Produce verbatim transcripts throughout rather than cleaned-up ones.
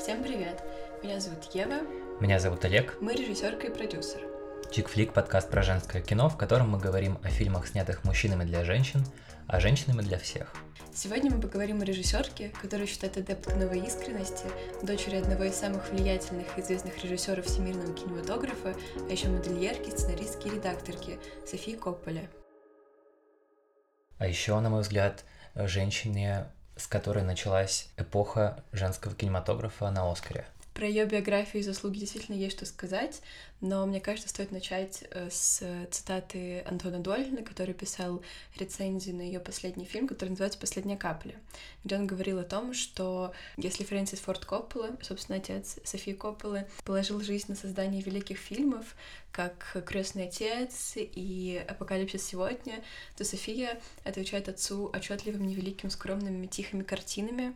Всем привет! Меня зовут Ева. Меня зовут Олег. Мы режиссерка и продюсер. Чик-флик — подкаст про женское кино, в котором мы говорим о фильмах, снятых мужчинами для женщин, а женщинами для всех. Сегодня мы поговорим о режиссерке, которую считают адепткой новой искренности, дочери одного из самых влиятельных и известных режиссеров всемирного кинематографа, а еще модельерки, сценаристки и редакторки Софии Копполе. А еще, на мой взгляд, женщине, с которой началась эпоха женского кинематографа на Оскаре. Про ее биографию и заслуги действительно есть что сказать, но мне кажется, стоит начать с цитаты Антона Долина, который писал рецензию на ее последний фильм, который называется «Последняя капля», где он говорил о том, что если Фрэнсис Форд Коппола, собственно, отец Софии Копполы, положил жизнь на создание великих фильмов, как «Крестный отец» и «Апокалипсис сегодня», то София отвечает отцу отчетливыми, невеликими, скромными, тихими картинами.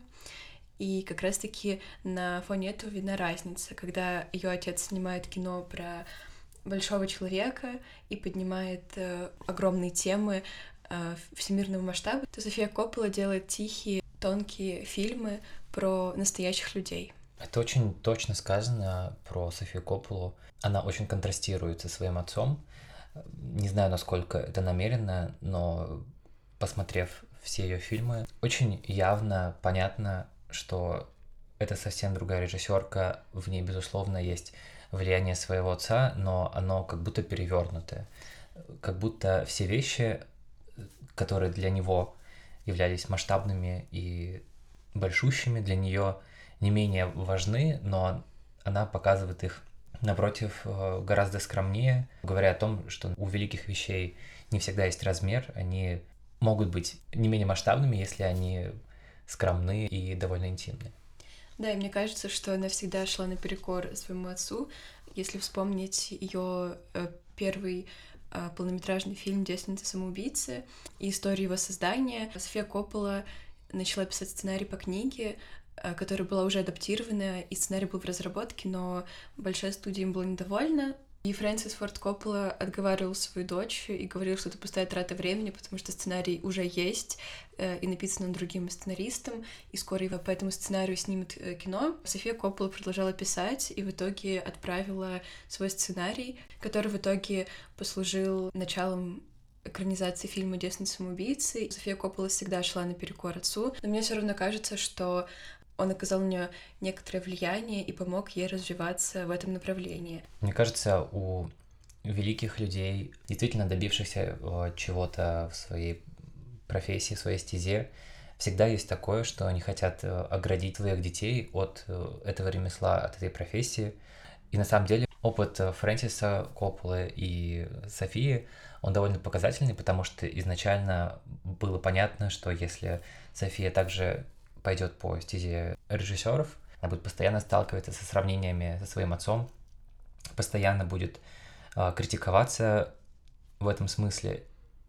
И как раз-таки на фоне этого видна разница, когда ее отец снимает кино про большого человека и поднимает э, огромные темы э, всемирного масштаба, то София Коппола делает тихие, тонкие фильмы про настоящих людей. Это очень точно сказано про Софию Копполу. Она очень контрастирует со своим отцом. Не знаю, насколько это намеренно, но посмотрев все ее фильмы, очень явно, понятно, что это совсем другая режиссерка, в ней, безусловно, есть влияние своего отца, но оно как будто перевернутое. Как будто все вещи, которые для него являлись масштабными и большущими, для нее не менее важны, но она показывает их, напротив, гораздо скромнее, говоря о том, что у великих вещей не всегда есть размер, они могут быть не менее масштабными, если они скромны и довольно интимны. Да, и мне кажется, что она всегда шла наперекор своему отцу. Если вспомнить ее первый э, полнометражный фильм «Девственница самоубийцы» и историю его создания, София Коппола начала писать сценарий по книге, э, которая была уже адаптирована, и сценарий был в разработке, но большая студия им была недовольна. И Фрэнсис Форд Коппола отговаривал свою дочь и говорил, что это пустая трата времени, потому что сценарий уже есть э, и написан другим сценаристом, и скоро его по этому сценарию снимет э, кино. София Коппола продолжала писать и в итоге отправила свой сценарий, который в итоге послужил началом экранизации фильма «Девственница самоубийцы». София Коппола всегда шла наперекор отцу, но мне все равно кажется, что он оказал на нее некоторое влияние и помог ей развиваться в этом направлении. Мне кажется, у великих людей, действительно добившихся чего-то в своей профессии, в своей стезе, всегда есть такое, что они хотят оградить своих детей от этого ремесла, от этой профессии. И на самом деле опыт Фрэнсиса Копполы и Софии, он довольно показательный, потому что изначально было понятно, что если София также пойдет по стезе режиссеров, она будет постоянно сталкиваться со сравнениями со своим отцом, постоянно будет э, критиковаться в этом смысле.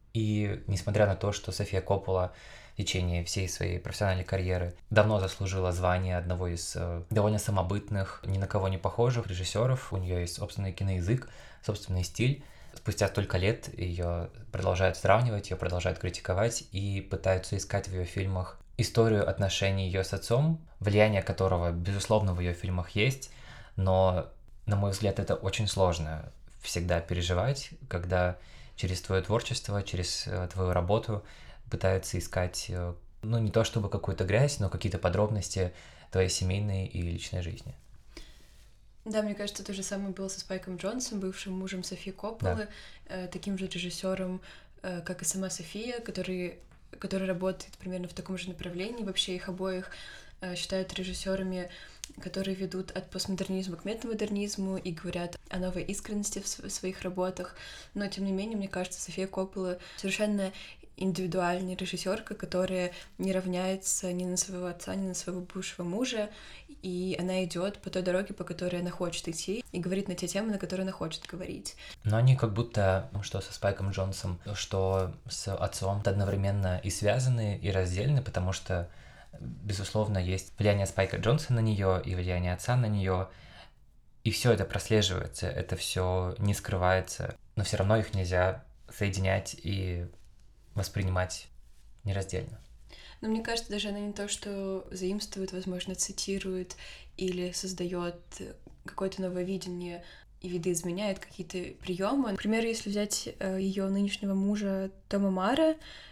И несмотря на то, что София Коппола в течение всей своей профессиональной карьеры давно заслужила звание одного из э, довольно самобытных, ни на кого не похожих режиссеров, у нее есть собственный киноязык, собственный стиль, спустя столько лет ее продолжают сравнивать, ее продолжают критиковать и пытаются искать в ее фильмах историю отношений ее с отцом, влияние которого, безусловно, в ее фильмах есть, но, на мой взгляд, это очень сложно всегда переживать, когда через твое творчество, через твою работу пытаются искать, ну, не то чтобы какую-то грязь, но какие-то подробности твоей семейной и личной жизни. Да, мне кажется, то же самое было со Спайком Джонсом, бывшим мужем Софии Копполы, да. таким же режиссером, как и сама София, который который работает примерно в таком же направлении. Вообще их обоих э, считают режиссерами, которые ведут от постмодернизма к метамодернизму и говорят о новой искренности в, в своих работах. Но, тем не менее, мне кажется, София Коппола совершенно индивидуальная режиссерка, которая не равняется ни на своего отца, ни на своего бывшего мужа, и она идет по той дороге, по которой она хочет идти, и говорит на те темы, на которые она хочет говорить. Но они как будто, ну, что со Спайком Джонсом, что с отцом одновременно и связаны, и раздельны, потому что, безусловно, есть влияние Спайка Джонса на нее и влияние отца на нее, и все это прослеживается, это все не скрывается, но все равно их нельзя соединять и воспринимать нераздельно. Но мне кажется, даже она не то, что заимствует, возможно, цитирует или создает какое-то новое видение и видоизменяет какие-то приемы. Например, если взять ее нынешнего мужа Тома Мара,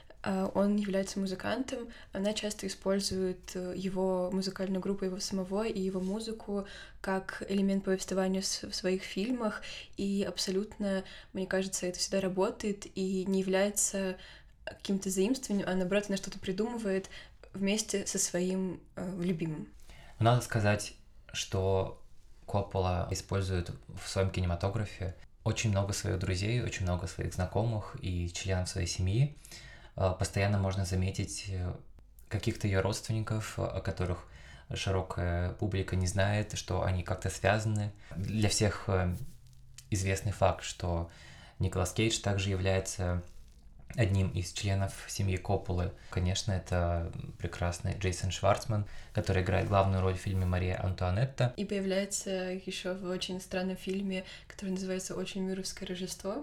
он является музыкантом, она часто использует его музыкальную группу, его самого и его музыку как элемент повествования в своих фильмах, и абсолютно, мне кажется, это всегда работает и не является каким-то заимствованием, а наоборот, она что-то придумывает вместе со своим э, любимым. Надо сказать, что Коппола использует в своем кинематографе очень много своих друзей, очень много своих знакомых и членов своей семьи. Постоянно можно заметить каких-то ее родственников, о которых широкая публика не знает, что они как-то связаны. Для всех известный факт, что Николас Кейдж также является одним из членов семьи Копполы. Конечно, это прекрасный Джейсон Шварцман, который играет главную роль в фильме «Мария Антуанетта». И появляется еще в очень странном фильме, который называется «Очень мюррейское Рождество».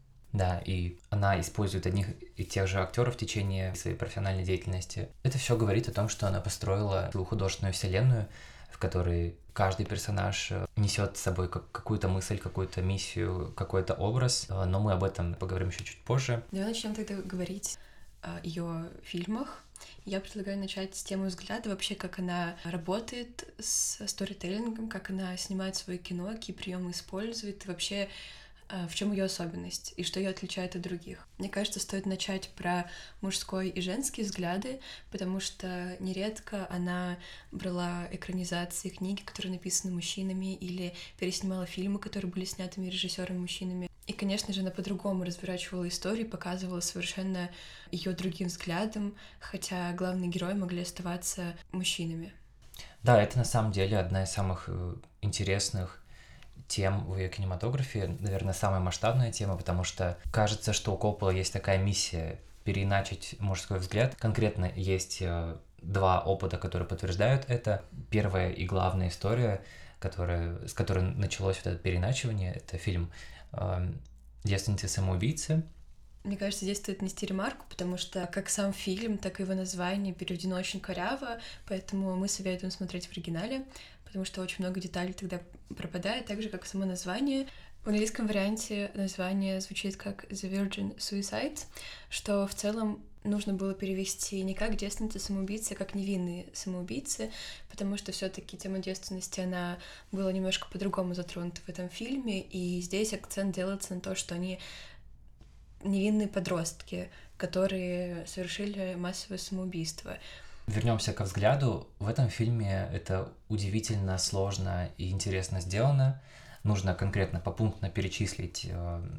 Да, и она использует одних и тех же актеров в течение своей профессиональной деятельности. Это все говорит о том, что она построила свою художественную вселенную, в которой каждый персонаж несет с собой какую-то мысль, какую-то миссию, какой-то образ, но мы об этом поговорим еще чуть позже. Давай начнем тогда говорить о ее фильмах. Я предлагаю начать с темы взгляда, вообще, как она работает с сторителлингом, как она снимает свое кино, какие приемы использует, и вообще в чем ее особенность и что ее отличает от других. Мне кажется, стоит начать про мужской и женский взгляды, потому что нередко она брала экранизации книги, которые написаны мужчинами, или переснимала фильмы, которые были снятыми режиссерами-мужчинами. И, конечно же, она по-другому разворачивала историю, показывала совершенно ее другим взглядом, хотя главные герои могли оставаться мужчинами. Да, это на самом деле одна из самых интересных тем в ее кинематографе, наверное, самая масштабная тема, потому что кажется, что у Копполы есть такая миссия переиначить мужской взгляд. Конкретно есть два опыта, которые подтверждают это. Первая и главная история, которая, с которой началось вот это переиначивание, это фильм «Девственницы самоубийцы». Мне кажется, здесь стоит нести ремарку, потому что как сам фильм, так и его название переведено очень коряво, поэтому мы советуем смотреть в оригинале, потому что очень много деталей тогда пропадает, так же, как само название. В английском варианте название звучит как The Virgin Suicide, что в целом нужно было перевести не как девственницы самоубийцы, а как невинные самоубийцы, потому что все-таки тема девственности, она была немножко по-другому затронута в этом фильме, и здесь акцент делается на то, что они невинные подростки, которые совершили массовое самоубийство. Вернемся ко взгляду. В этом фильме это удивительно сложно и интересно сделано. Нужно конкретно попунктно перечислить,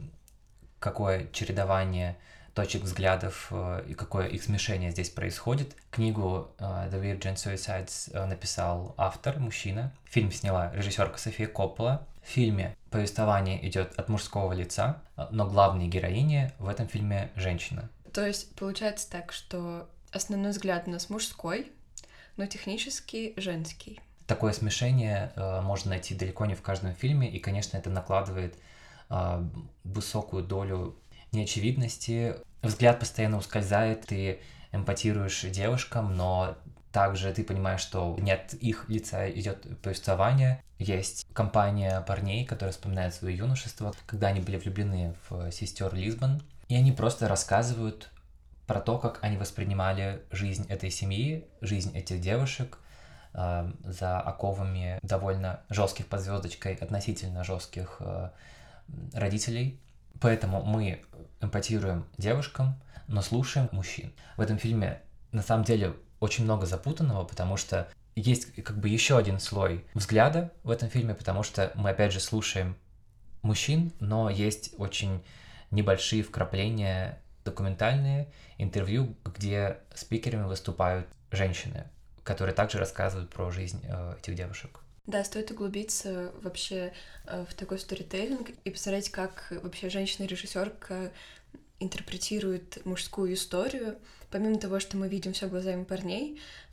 какое чередование точек взглядов и какое их смешение здесь происходит. Книгу The Virgin Suicides написал автор, мужчина. Фильм сняла режиссерка София Коппола. В фильме повествование идет от мужского лица, но главной героиня в этом фильме женщина. То есть получается так, что основной взгляд у нас мужской, но технически женский. Такое смешение э, можно найти далеко не в каждом фильме, и, конечно, это накладывает э, высокую долю неочевидности. Взгляд постоянно ускользает, ты эмпатируешь девушкам, но также ты понимаешь, что не от их лица идет повествование. Есть компания парней, которые вспоминают свое юношество, когда они были влюблены в сестер Лисбон, и они просто рассказывают про то, как они воспринимали жизнь этой семьи, жизнь этих девушек э, за оковами довольно жестких под звездочкой, относительно жестких э, родителей. Поэтому мы эмпатируем девушкам, но слушаем мужчин. В этом фильме на самом деле очень много запутанного, потому что есть как бы еще один слой взгляда в этом фильме, потому что мы опять же слушаем мужчин, но есть очень небольшие вкрапления документальные интервью, где спикерами выступают женщины, которые также рассказывают про жизнь э, этих девушек. Да, стоит углубиться вообще э, в такой сторителлинг и посмотреть, как вообще женщина-режиссерка интерпретирует мужскую историю. Помимо того, что мы видим все глазами парней,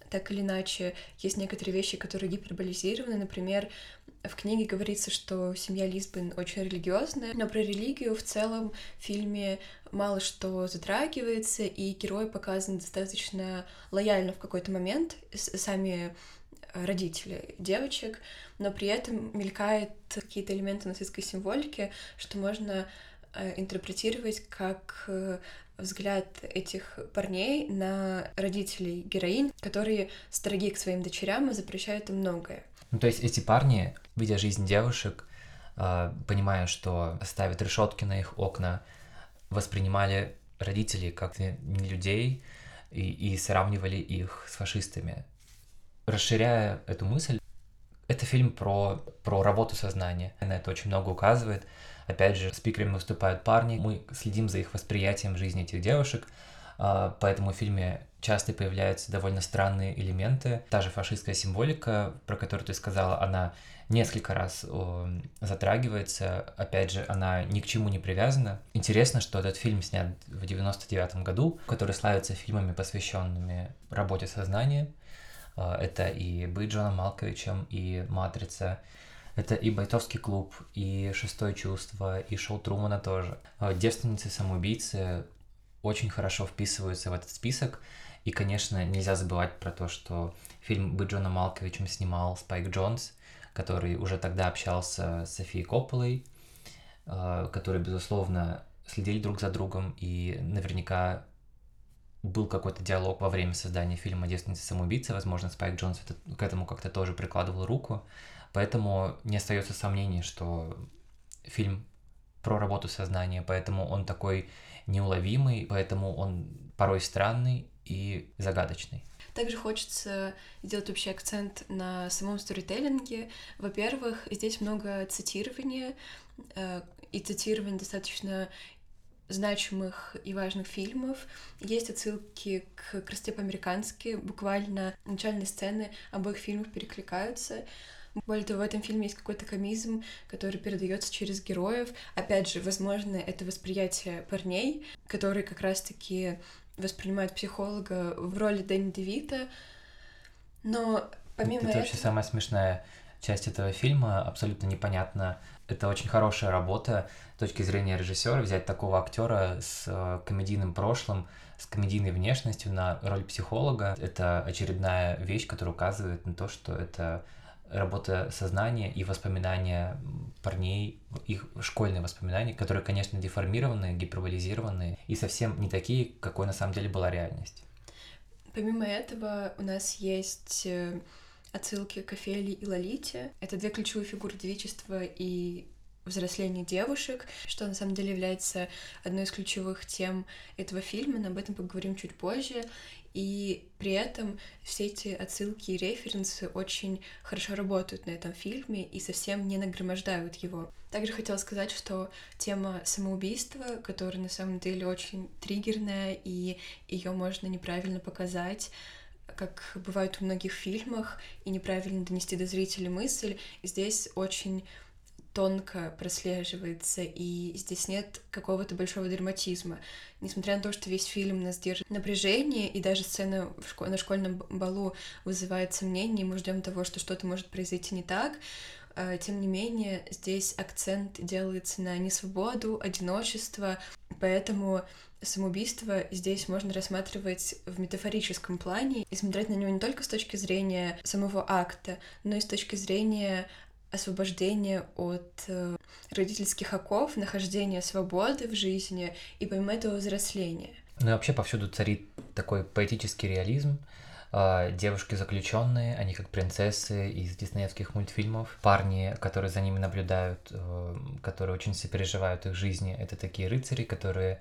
так или иначе есть некоторые вещи, которые гиперболизированы. Например, в книге говорится, что семья Лисбен очень религиозная, но про религию в целом в фильме мало что затрагивается, и герои показаны достаточно лояльно в какой-то момент, сами родители девочек, но при этом мелькают какие-то элементы нацистской символики, что можно интерпретировать как взгляд этих парней на родителей героинь, которые строги к своим дочерям и запрещают им многое. Ну, то есть эти парни, видя жизнь девушек, понимая, что ставят решетки на их окна, воспринимали родителей как не людей и, и сравнивали их с фашистами. Расширяя эту мысль, это фильм про, про работу сознания. На это очень много указывает. Опять же, спикерами выступают парни, мы следим за их восприятием жизни этих девушек, поэтому в фильме часто появляются довольно странные элементы. Та же фашистская символика, про которую ты сказала, она несколько раз затрагивается. Опять же, она ни к чему не привязана. Интересно, что этот фильм снят в девяносто девятом году, который славится фильмами, посвященными работе сознания. Это и «Быть Джоном Малковичем», и «Матрица». Это и «Бойцовский клуб», и «Шестое чувство», и «Шоу Трумана» тоже. «Девственницы-самоубийцы» очень хорошо вписываются в этот список. И, конечно, нельзя забывать про то, что фильм «Быть Джоном Малковичем» снимал Спайк Джонс, который уже тогда общался с Софией Копполой, которые, безусловно, следили друг за другом, и наверняка был какой-то диалог во время создания фильма «Девственницы-самоубийцы». Возможно, Спайк Джонс это, к этому как-то тоже прикладывал руку. Поэтому не остается сомнений, что фильм про работу сознания, поэтому он такой неуловимый, поэтому он порой странный и загадочный. Также хочется сделать вообще акцент на самом сторителлинге. Во-первых, здесь много цитирования, и цитирование достаточно значимых и важных фильмов. Есть отсылки к «Красоте по-американски», буквально начальные сцены обоих фильмов перекликаются. Более того, в этом фильме есть какой-то комизм, который передается через героев. Опять же, возможно, это восприятие парней, которые как раз-таки воспринимают психолога в роли Дэнни Девита. Но помимо это этого... вообще самая смешная часть этого фильма, абсолютно непонятно. Это очень хорошая работа с точки зрения режиссера взять такого актера с комедийным прошлым, с комедийной внешностью на роль психолога. Это очередная вещь, которая указывает на то, что это работа сознания и воспоминания парней, их школьные воспоминания, которые, конечно, деформированы, гиперболизированы и совсем не такие, какой на самом деле была реальность. Помимо этого у нас есть отсылки к Офелии и Лолите. Это две ключевые фигуры девичества и взросления девушек, что на самом деле является одной из ключевых тем этого фильма, но об этом поговорим чуть позже. И при этом все эти отсылки и референсы очень хорошо работают на этом фильме и совсем не нагромождают его. Также хотела сказать, что тема самоубийства, которая на самом деле очень триггерная, и ее можно неправильно показать, как бывает в многих фильмах, и неправильно донести до зрителя мысль, здесь очень тонко прослеживается, и здесь нет какого-то большого драматизма. Несмотря на то, что весь фильм нас держит в напряжении, и даже сцена в шко- на школьном балу вызывает сомнения, и мы ждем того, что что-то может произойти не так, тем не менее, здесь акцент делается на несвободу, одиночество, поэтому самоубийство здесь можно рассматривать в метафорическом плане и смотреть на него не только с точки зрения самого акта, но и с точки зрения освобождения от э, родительских оков, нахождения свободы в жизни и помимо этого взросления. Ну и вообще повсюду царит такой поэтический реализм. Девушки заключенные, они как принцессы из диснеевских мультфильмов. Парни, которые за ними наблюдают, которые очень сопереживают их жизни, это такие рыцари, которые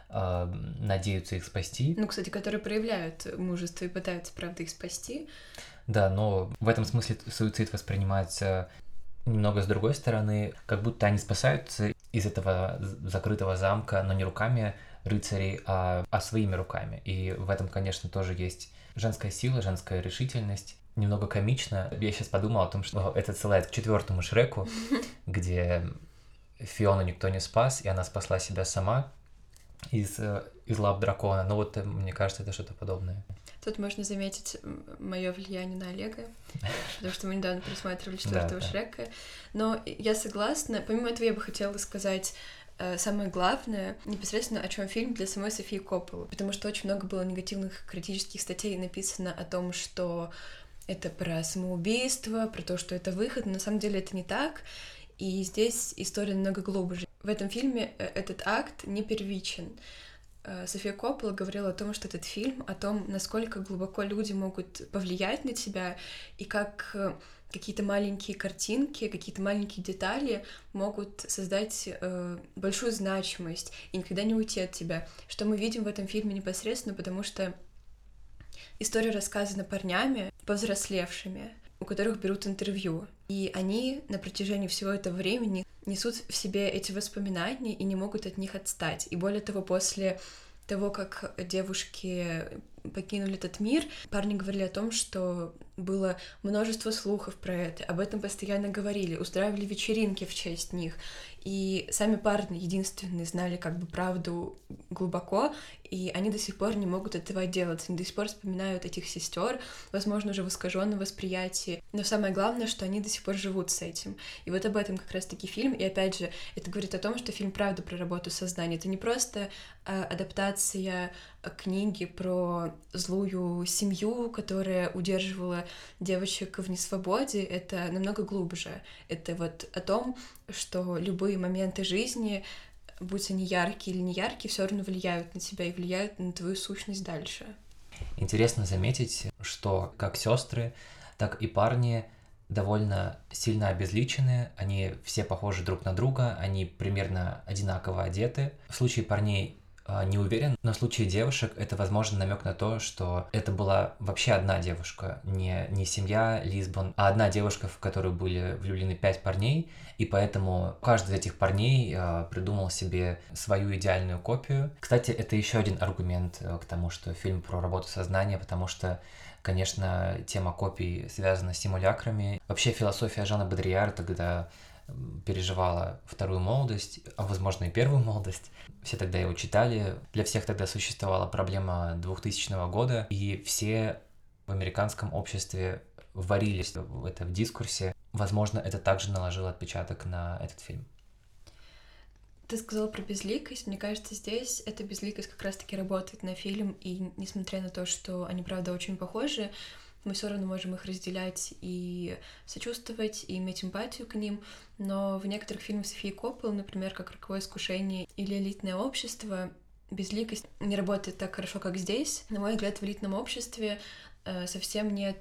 надеются их спасти. Ну, кстати, которые проявляют мужество и пытаются, правда, их спасти. Да, но в этом смысле суицид воспринимается немного с другой стороны, как будто они спасаются из этого закрытого замка, но не руками рыцарей, а, а своими руками. И в этом, конечно, тоже есть женская сила, женская решительность. Немного комично. Я сейчас подумал о том, что это отсылает к четвертому Шреку, где Фиону никто не спас, и она спасла себя сама из, из лап дракона. Ну вот, мне кажется, это что-то подобное. Тут можно заметить мое влияние на Олега, потому что мы недавно пересматривали четвертого Да, да. Шрека. Но я согласна. Помимо этого, я бы хотела сказать э, самое главное, непосредственно о чем фильм для самой Софии Копполы, потому что очень много было негативных критических статей написано о том, что это про самоубийство, про то, что это выход, но на самом деле это не так, и здесь история намного глубже. В этом фильме э, этот акт не первичен. София Коппола говорила о том, что этот фильм о том, насколько глубоко люди могут повлиять на тебя, и как какие-то маленькие картинки, какие-то маленькие детали могут создать э, большую значимость и никогда не уйти от тебя. Что мы видим в этом фильме непосредственно, потому что история рассказана парнями, повзрослевшими, у которых берут интервью. И они на протяжении всего этого времени несут в себе эти воспоминания и не могут от них отстать. И более того, после того, как девушки покинули этот мир, парни говорили о том, что было множество слухов про это, об этом постоянно говорили, устраивали вечеринки в честь них. И сами парни единственные знали как бы правду глубоко, и они до сих пор не могут этого отделаться, они до сих пор вспоминают этих сестер, возможно, уже в искаженном восприятии. Но самое главное, что они до сих пор живут с этим. И вот об этом как раз-таки фильм. И опять же, это говорит о том, что фильм правда про работу создания. Это не просто а, адаптация книги про злую семью, которая удерживала девочек в несвободе. Это намного глубже. Это вот о том, что любые моменты жизни, будь они яркие или не яркие, все равно влияют на тебя и влияют на твою сущность дальше. Интересно заметить, что как сестры, так и парни довольно сильно обезличены, они все похожи друг на друга, они примерно одинаково одеты. В случае парней не уверен, но в случае девушек это, возможно, намек на то, что это была вообще одна девушка, не, не семья Лисбон, а одна девушка, в которую были влюблены пять парней, и поэтому каждый из этих парней э, придумал себе свою идеальную копию. Кстати, это еще один аргумент э, к тому, что фильм про работу сознания, потому что, конечно, тема копий связана с симулякрами. Вообще философия Жана Бодрияра тогда переживала вторую молодость, а возможно и первую молодость. Все тогда его читали. Для всех тогда существовала проблема двухтысячного года, и все в американском обществе варились в это в дискурсе. Возможно, это также наложило отпечаток на этот фильм. Ты сказала про безликость. Мне кажется, здесь эта безликость как раз-таки работает на фильм, и несмотря на то, что они, правда, очень похожи, мы все равно можем их разделять и сочувствовать, и иметь эмпатию к ним. Но в некоторых фильмах Софии Копполы, например, как «Роковое искушение» или «Элитное общество», безликость не работает так хорошо, как здесь. На мой взгляд, в «Элитном обществе» совсем нет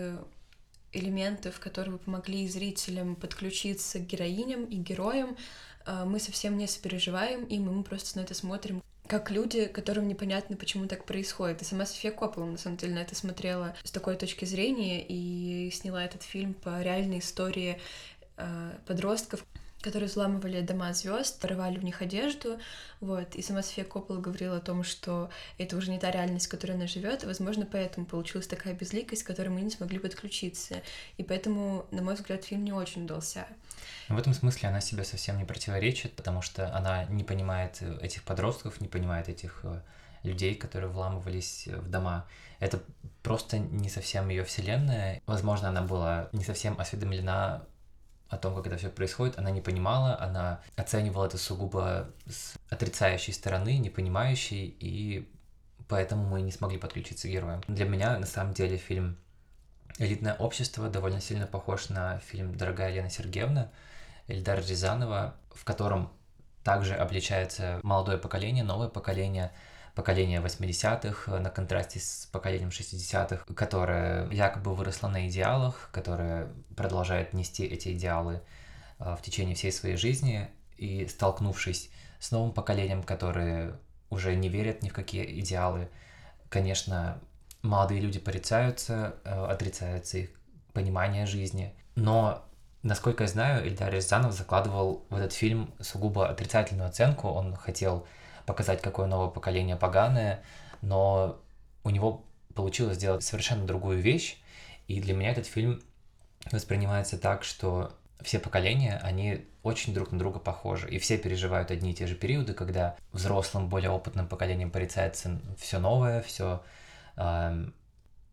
элементов, которые бы помогли зрителям подключиться к героиням и героям. Мы совсем не сопереживаем им, и мы просто на это смотрим как люди, которым непонятно, почему так происходит. И сама София Коппола, на самом деле, на это смотрела с такой точки зрения и сняла этот фильм по реальной истории э, подростков, которые взламывали дома звезд, порывали у них одежду, вот, и сама София Коппола говорила о том, что это уже не та реальность, в которой она живет, и, возможно, поэтому получилась такая безликость, к которой мы не смогли подключиться, и поэтому, на мой взгляд, фильм не очень удался. В этом смысле она себе совсем не противоречит, потому что она не понимает этих подростков, не понимает этих людей, которые вламывались в дома. Это просто не совсем ее вселенная. Возможно, она была не совсем осведомлена о том, как это все происходит, она не понимала, она оценивала это сугубо с отрицающей стороны, не понимающей, и поэтому мы не смогли подключиться к героям. Для меня, на самом деле, фильм «Элитное общество» довольно сильно похож на фильм «Дорогая Елена Сергеевна» Эльдара Рязанова, в котором также обличается молодое поколение, новое поколение, поколение восьмидесятых на контрасте с поколением шестидесятых, которое якобы выросло на идеалах, которое продолжает нести эти идеалы в течение всей своей жизни, и столкнувшись с новым поколением, которые уже не верят ни в какие идеалы, конечно, молодые люди порицаются, отрицаются их понимание жизни, но, насколько я знаю, Эльдар Рязанов закладывал в этот фильм сугубо отрицательную оценку, он хотел показать, какое новое поколение поганое, но у него получилось сделать совершенно другую вещь, и для меня этот фильм воспринимается так, что все поколения, они очень друг на друга похожи, и все переживают одни и те же периоды, когда взрослым, более опытным поколением порицается все новое, все э,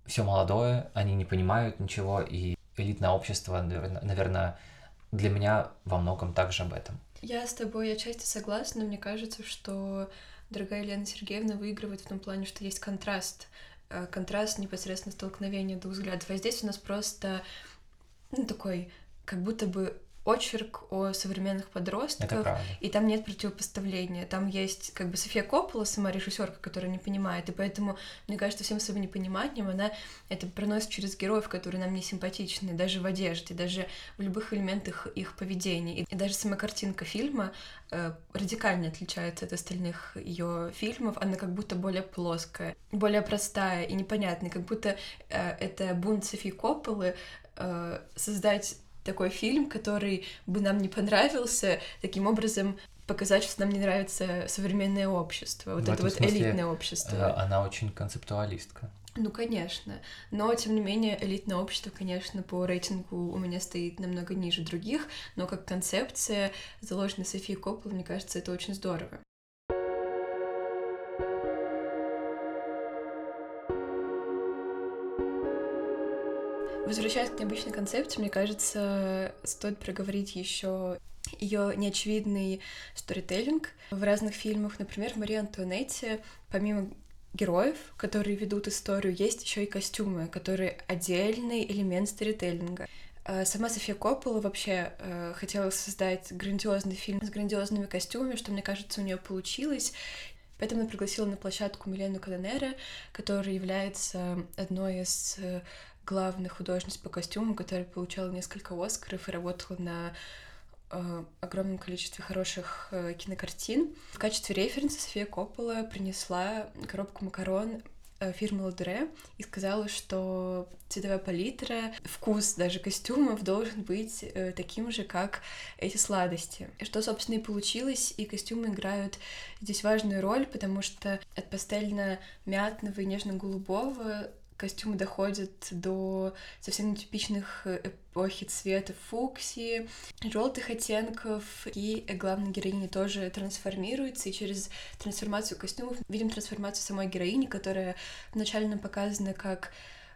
все молодое, они не понимают ничего, и элитное общество, наверное, для меня во многом также об этом. Я с тобой отчасти согласна, но мне кажется, что дорогая Елена Сергеевна выигрывает в том плане, что есть контраст. Контраст непосредственно столкновения двух взглядов. А здесь у нас просто ну, такой, как будто бы очерк о современных подростках, и там нет противопоставления. Там есть как бы София Коппола, сама режиссерка, которая не понимает, и поэтому, мне кажется, всем своим непониманием она это проносит через героев, которые нам не симпатичны, даже в одежде, даже в любых элементах их поведения. И даже сама картинка фильма э, радикально отличается от остальных ее фильмов, она как будто более плоская, более простая и непонятная, как будто э, это бунт Софии Копполы э, создать такой фильм, который бы нам не понравился, таким образом показать, что нам не нравится современное общество, вот в это вот смысле, элитное общество. Она очень концептуалистка. Ну, конечно. Но, тем не менее, элитное общество, конечно, по рейтингу у меня стоит намного ниже других, но как концепция, заложенная Софией Копполой, мне кажется, это очень здорово. Возвращаясь к необычной концепции, мне кажется, стоит проговорить еще ее неочевидный сторителлинг в разных фильмах. Например, в «Марии Антуанетте», помимо героев, которые ведут историю, есть еще и костюмы, которые отдельный элемент сторителлинга. Сама София Коппола вообще э, хотела создать грандиозный фильм с грандиозными костюмами, что, мне кажется, у нее получилось. Поэтому она пригласила на площадку Милену Канонера, которая является одной из главных художниц по костюмам, которая получала несколько Оскаров и работала на э, огромном количестве хороших э, кинокартин. В качестве референса София Коппола принесла коробку макарон э, фирмы Ладуре и сказала, что цветовая палитра, вкус даже костюмов должен быть э, таким же, как эти сладости. Что, собственно, и получилось, и костюмы играют здесь важную роль, потому что от пастельно-мятного и нежно-голубого костюмы доходят до совсем нетипичных эпохи цвета фуксии, желтых оттенков, и главная героиня тоже трансформируется, и через трансформацию костюмов видим трансформацию самой героини, которая вначале нам показана как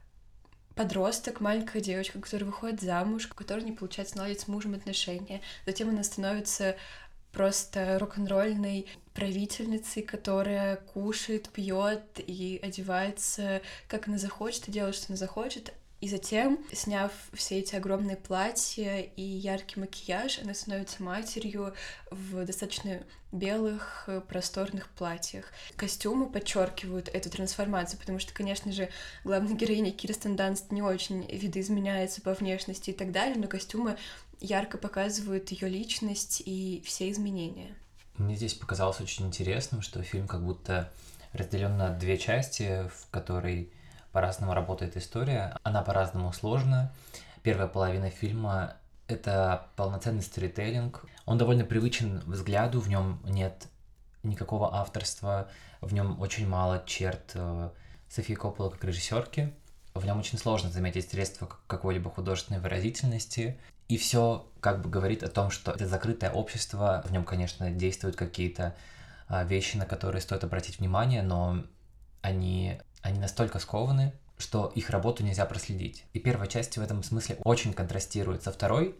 подросток, маленькая девочка, которая выходит замуж, у которой не получается наладить с мужем отношения. Затем она становится просто рок-н-ролльной правительницей, которая кушает, пьет и одевается, как она захочет, и делает, что она захочет. И затем, сняв все эти огромные платья и яркий макияж, она становится матерью в достаточно белых, просторных платьях. Костюмы подчеркивают эту трансформацию, потому что, конечно же, главная героиня Кирстен Данст не очень видоизменяется по внешности и так далее, но костюмы ярко показывают ее личность и все изменения. Мне здесь показалось очень интересным, что фильм как будто разделен на две части, в которой по-разному работает история. Она по-разному сложна. Первая половина фильма — это полноценный сторителлинг. Он довольно привычен взгляду, в нем нет никакого авторства, в нем очень мало черт Софии Копполы как режиссерки. В нем очень сложно заметить средства какой-либо художественной выразительности. И все как бы говорит о том, что это закрытое общество, в нем, конечно, действуют какие-то вещи, на которые стоит обратить внимание, но они, они настолько скованы, что их работу нельзя проследить. И первая часть в этом смысле очень контрастирует со второй,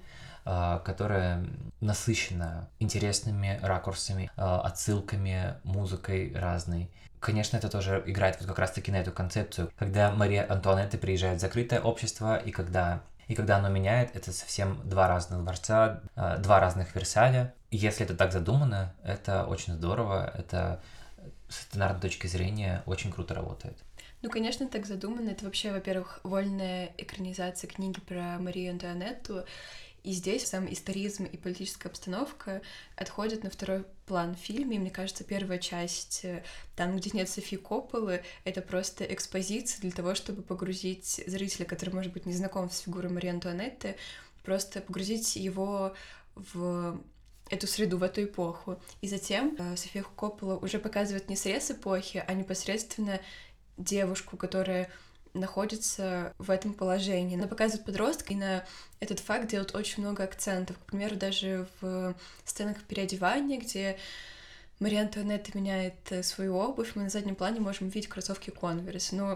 которая насыщена интересными ракурсами, отсылками, музыкой разной. Конечно, это тоже играет вот как раз-таки на эту концепцию, когда Мария Антуанетта приезжает в закрытое общество, и когда, и когда оно меняет, это совсем два разных дворца, два разных Версаля. И если это так задумано, это очень здорово, это с сценарной точки зрения очень круто работает. Ну, конечно, так задумано. Это вообще, во-первых, вольная экранизация книги про Марию Антуанетту. И здесь сам историзм и политическая обстановка отходят на второй план в фильме. И мне кажется, первая часть, там, где нет Софии Копполы, это просто экспозиция для того, чтобы погрузить зрителя, который, может быть, не знаком с фигурой Марии Антуанетты, просто погрузить его в эту среду, в эту эпоху. И затем София Коппола уже показывает не срез эпохи, а непосредственно девушку, которая находится в этом положении. Она показывает подростка, и на этот факт делает очень много акцентов. К примеру, даже в сценах переодевания, где Мария Антуанетта меняет свою обувь, мы на заднем плане можем видеть кроссовки Converse. Но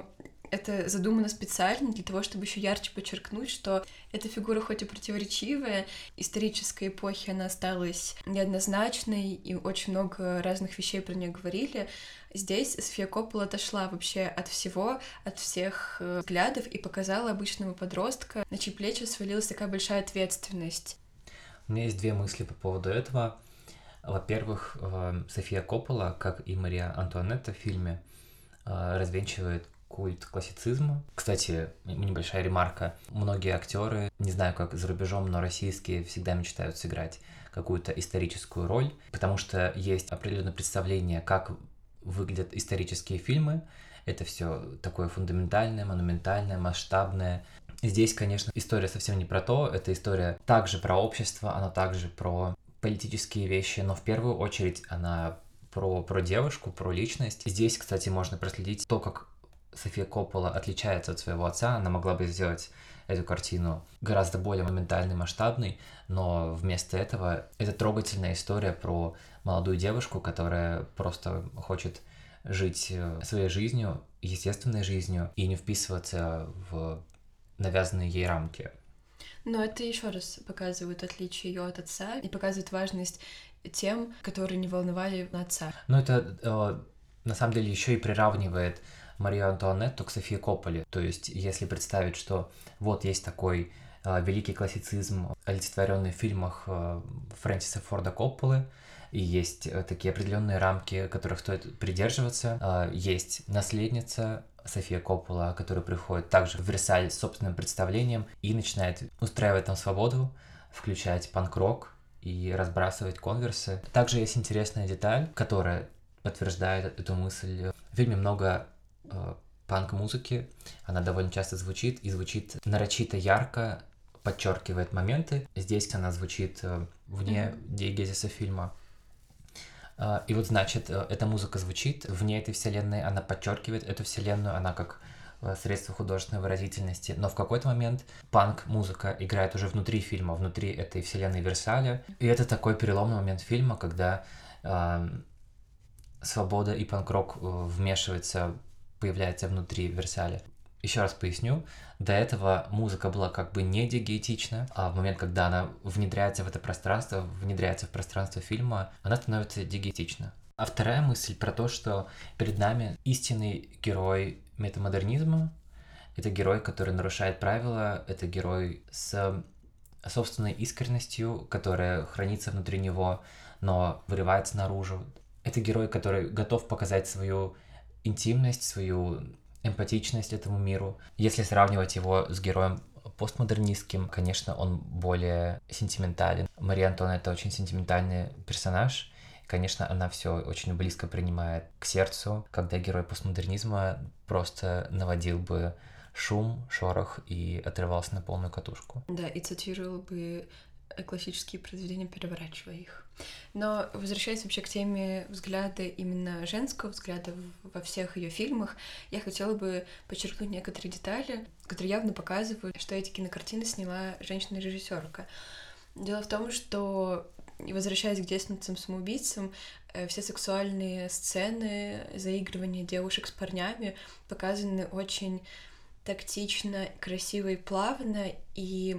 это задумано специально для того, чтобы еще ярче подчеркнуть, что эта фигура хоть и противоречивая, исторической эпохи она осталась неоднозначной, и очень много разных вещей про нее говорили. Здесь София Коппола отошла вообще от всего, от всех взглядов и показала обычного подростка, на чьи плечи свалилась такая большая ответственность. У меня есть две мысли по поводу этого. Во-первых, София Коппола, как и Мария Антуанетта в фильме, развенчивает культ классицизма. Кстати, небольшая ремарка. Многие актеры, не знаю, как за рубежом, но российские, всегда мечтают сыграть какую-то историческую роль, потому что есть определенное представление, как выглядят исторические фильмы. Это все такое фундаментальное, монументальное, масштабное. Здесь, конечно, история совсем не про то. Это история также про общество, она также про политические вещи, но в первую очередь она про, про девушку, про личность. Здесь, кстати, можно проследить то, как София Коппола отличается от своего отца. Она могла бы сделать эту картину гораздо более моментальной, масштабной, но вместо этого это трогательная история про молодую девушку, которая просто хочет жить своей жизнью, естественной жизнью, и не вписываться в навязанные ей рамки. Но это еще раз показывает отличие ее от отца и показывает важность тем, которые не волновали отца. Ну, это э, на самом деле еще и приравнивает Марию Антуанетту к Софии Копполе. То есть, если представить, что вот есть такой э, великий классицизм, олицетворенный в фильмах э, Фрэнсиса Форда Копполы, и есть э, такие определенные рамки, которых стоит придерживаться. Э, есть наследница София Коппола, которая приходит также в Версаль с собственным представлением и начинает устраивать там свободу, включать панк-рок и разбрасывать конверсы. Также есть интересная деталь, которая подтверждает эту мысль. В фильме много э, панк-музыки, она довольно часто звучит, и звучит нарочито ярко, подчеркивает моменты. Здесь она звучит э, вне mm-hmm. диегезиса фильма. Uh, и вот, значит, эта музыка звучит, вне этой вселенной, она подчеркивает эту вселенную, она как uh, средство художественной выразительности, но в какой-то момент панк-музыка играет уже внутри фильма, внутри этой вселенной Версаля, и это такой переломный момент фильма, когда uh, свобода и панк-рок uh, вмешивается, появляется внутри Версаля. Еще раз поясню, до этого музыка была как бы не диегетична, а в момент, когда она внедряется в это пространство, внедряется в пространство фильма, она становится диегетична. А вторая мысль про то, что перед нами истинный герой метамодернизма, это герой, который нарушает правила, это герой с собственной искренностью, которая хранится внутри него, но вырывается наружу. Это герой, который готов показать свою интимность, свою эмпатичность этому миру. Если сравнивать его с героем постмодернистским, конечно, он более сентиментален. Мария Антуанетта очень сентиментальный персонаж. Конечно, она все очень близко принимает к сердцу, когда герой постмодернизма просто наводил бы шум, шорох и отрывался на полную катушку. Да, и цитировал бы классические произведения, переворачивая их. Но возвращаясь вообще к теме взгляда, именно женского взгляда во всех ее фильмах, я хотела бы подчеркнуть некоторые детали, которые явно показывают, что эти кинокартины сняла женщина-режиссерка. Дело в том, что, возвращаясь к девственницам-самоубийцам, все сексуальные сцены, заигрывания девушек с парнями показаны очень тактично, красиво и плавно, и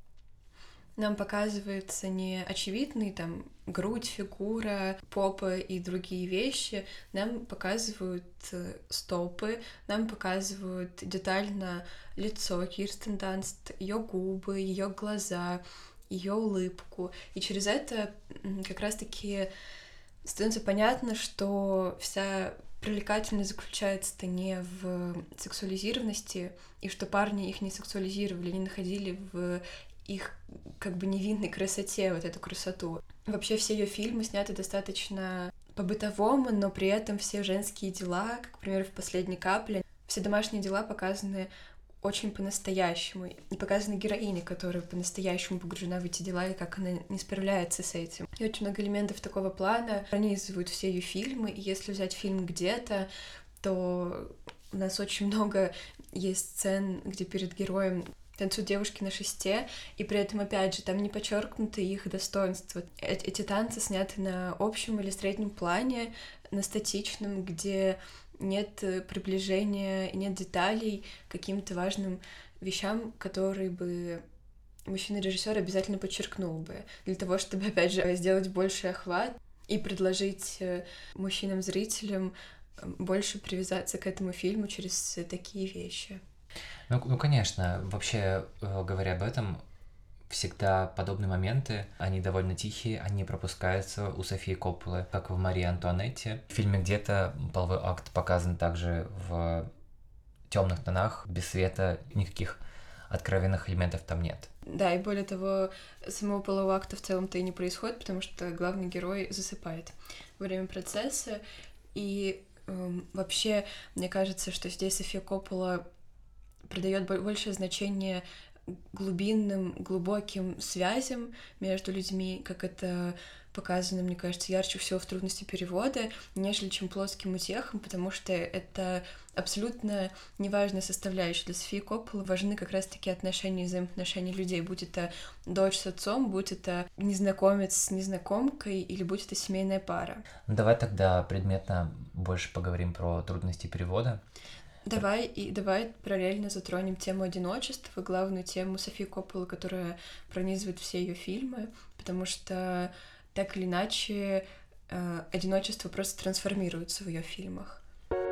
нам показывается не очевидный там грудь, фигура, попа и другие вещи, нам показывают стопы, нам показывают детально лицо Кирстен Данст, ее губы, ее глаза, ее улыбку. И через это как раз-таки становится понятно, что вся привлекательность заключается-то не в сексуализированности, и что парни их не сексуализировали, не находили в их как бы невинной красоте, вот эту красоту. Вообще все ее фильмы сняты достаточно по-бытовому, но при этом все женские дела, как, например, в «Последней капле», все домашние дела показаны очень по-настоящему. И показана героиня, которая по-настоящему погружена в эти дела, и как она не справляется с этим. И очень много элементов такого плана пронизывают все ее фильмы, и если взять фильм «Где-то», то у нас очень много есть сцен, где перед героем танцуют девушки на шесте, и при этом, опять же, там не подчеркнуты их достоинства. Эти танцы сняты на общем или среднем плане, на статичном, где нет приближения, нет деталей к каким-то важным вещам, которые бы мужчина-режиссер обязательно подчеркнул бы, для того, чтобы, опять же, сделать больший охват и предложить мужчинам-зрителям больше привязаться к этому фильму через такие вещи. Ну, ну конечно, вообще, говоря об этом, всегда подобные моменты, они довольно тихие, они пропускаются у Софии Копполы, как в «Марии Антуанетте». В фильме где-то половой акт показан также в темных тонах, без света, никаких откровенных элементов там нет. Да, и более того, самого полового акта в целом-то и не происходит, потому что главный герой засыпает во время процесса. И эм, вообще, мне кажется, что здесь София Коппола придает большее значение глубинным, глубоким связям между людьми, как это показано, мне кажется, ярче всего в «Трудности перевода», нежели чем плоским утехам, потому что это абсолютно неважная составляющая. Для Софии Копполы важны как раз-таки отношения, взаимоотношения людей, будь это дочь с отцом, будь это незнакомец с незнакомкой или будь это семейная пара. Давай тогда предметно больше поговорим про «Трудности перевода». Давай и давай параллельно затронем тему одиночества, главную тему Софии Копполы, которая пронизывает все ее фильмы, потому что так или иначе э, одиночество просто трансформируется в ее фильмах.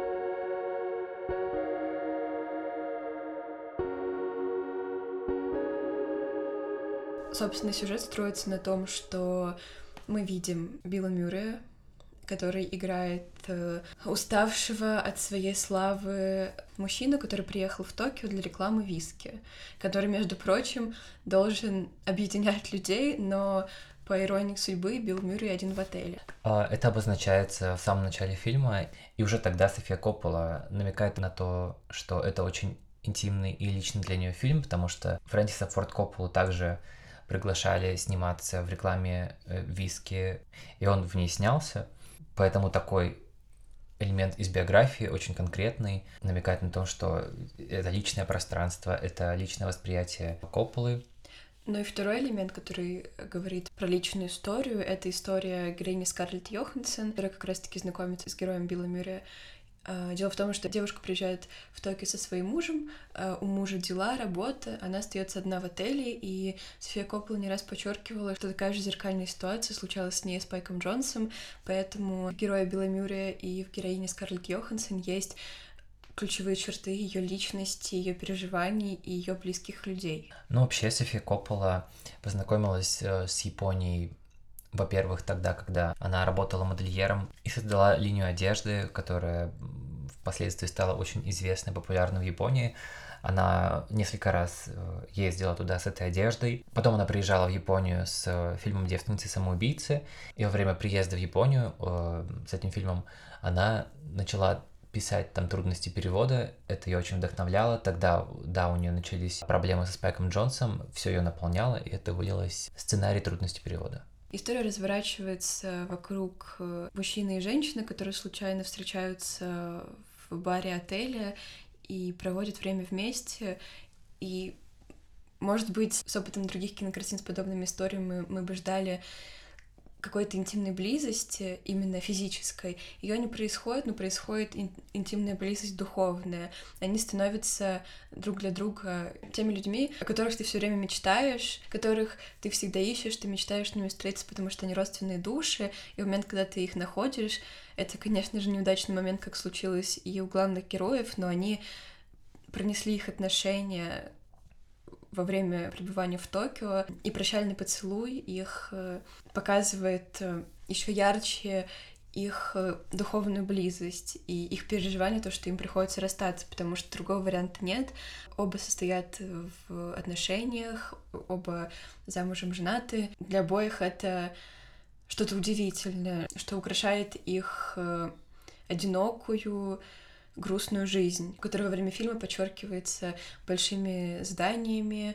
Собственно, сюжет строится на том, что мы видим Билла Мюррея, который играет э, уставшего от своей славы мужчину, который приехал в Токио для рекламы виски, который, между прочим, должен объединять людей, но, по иронии судьбы, Билл Мюррей один в отеле. Это обозначается в самом начале фильма, и уже тогда София Коппола намекает на то, что это очень интимный и личный для нее фильм, потому что Фрэнсиса Форд Копполу также приглашали сниматься в рекламе виски, и он в ней снялся. Поэтому такой элемент из биографии, очень конкретный, намекает на то, что это личное пространство, это личное восприятие Копполы. Ну и второй элемент, который говорит про личную историю, это история героини Скарлетт Йоханссон, которая как раз-таки знакомится с героем Билла Мюррея. Дело в том, что девушка приезжает в Токио со своим мужем, у мужа дела, работа, она остается одна в отеле, и София Коппола не раз подчеркивала, что такая же зеркальная ситуация случалась с ней, с Пайком Джонсом, поэтому в герое Билла Мюррея и в героине Скарлетт Йоханссон есть ключевые черты ее личности, ее переживаний и ее близких людей. Ну, вообще, София Коппола познакомилась с Японией, во-первых, тогда, когда она работала модельером и создала линию одежды, которая впоследствии стала очень известной, популярной в Японии. Она несколько раз ездила туда с этой одеждой. Потом она приезжала в Японию с фильмом «Девственницы-самоубийцы». И во время приезда в Японию с этим фильмом она начала писать там «Трудности перевода». Это ее очень вдохновляло. Тогда, да, у нее начались проблемы со Спайком Джонсом, все ее наполняло, и это вылилось в сценарий «Трудности перевода». История разворачивается вокруг мужчины и женщины, которые случайно встречаются в баре отеля и проводят время вместе. И, может быть, с опытом других кинокартин с подобными историями мы бы ждали какой-то интимной близости, именно физической. Ее не происходит, но происходит ин- интимная близость духовная. Они становятся друг для друга теми людьми, о которых ты все время мечтаешь, которых ты всегда ищешь, ты мечтаешь с ними встретиться, потому что они родственные души, и в момент, когда ты их находишь, это, конечно же, неудачный момент, как случилось и у главных героев, но они пронесли их отношения во время пребывания в Токио, и прощальный поцелуй их показывает еще ярче их духовную близость и их переживание, то, что им приходится расстаться, потому что другого варианта нет. Оба состоят в отношениях, оба замужем женаты. Для обоих это что-то удивительное, что украшает их одинокую, грустную жизнь, которая во время фильма подчеркивается большими зданиями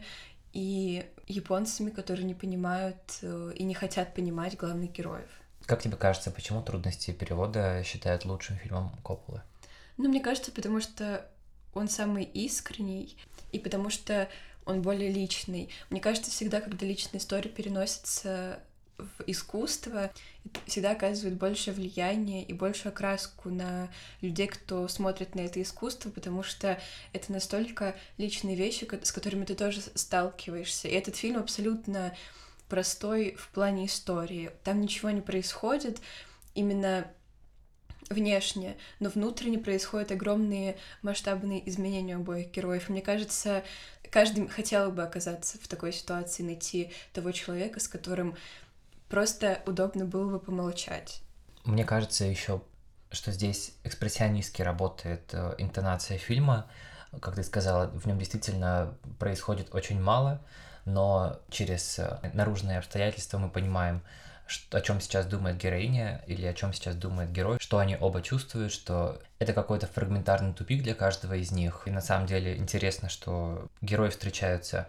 и японцами, которые не понимают и не хотят понимать главных героев. Как тебе кажется, почему «Трудности перевода» считают лучшим фильмом Копполы? Ну, мне кажется, потому что он самый искренний, и потому что он более личный. Мне кажется, всегда, когда личная история переносится в искусство всегда оказывает большее влияние и большую окраску на людей, кто смотрит на это искусство, потому что это настолько личные вещи, с которыми ты тоже сталкиваешься. И этот фильм абсолютно простой в плане истории. Там ничего не происходит именно внешне, но внутренне происходят огромные масштабные изменения у обоих героев. И мне кажется, каждый хотел бы оказаться в такой ситуации, найти того человека, с которым просто удобно было бы помолчать. Мне кажется еще, что здесь экспрессионистски работает интонация фильма. Как ты сказала, в нем действительно происходит очень мало, но через наружные обстоятельства мы понимаем, о чем сейчас думает героиня или о чем сейчас думает герой, что они оба чувствуют, что это какой-то фрагментарный тупик для каждого из них. И на самом деле интересно, что герои встречаются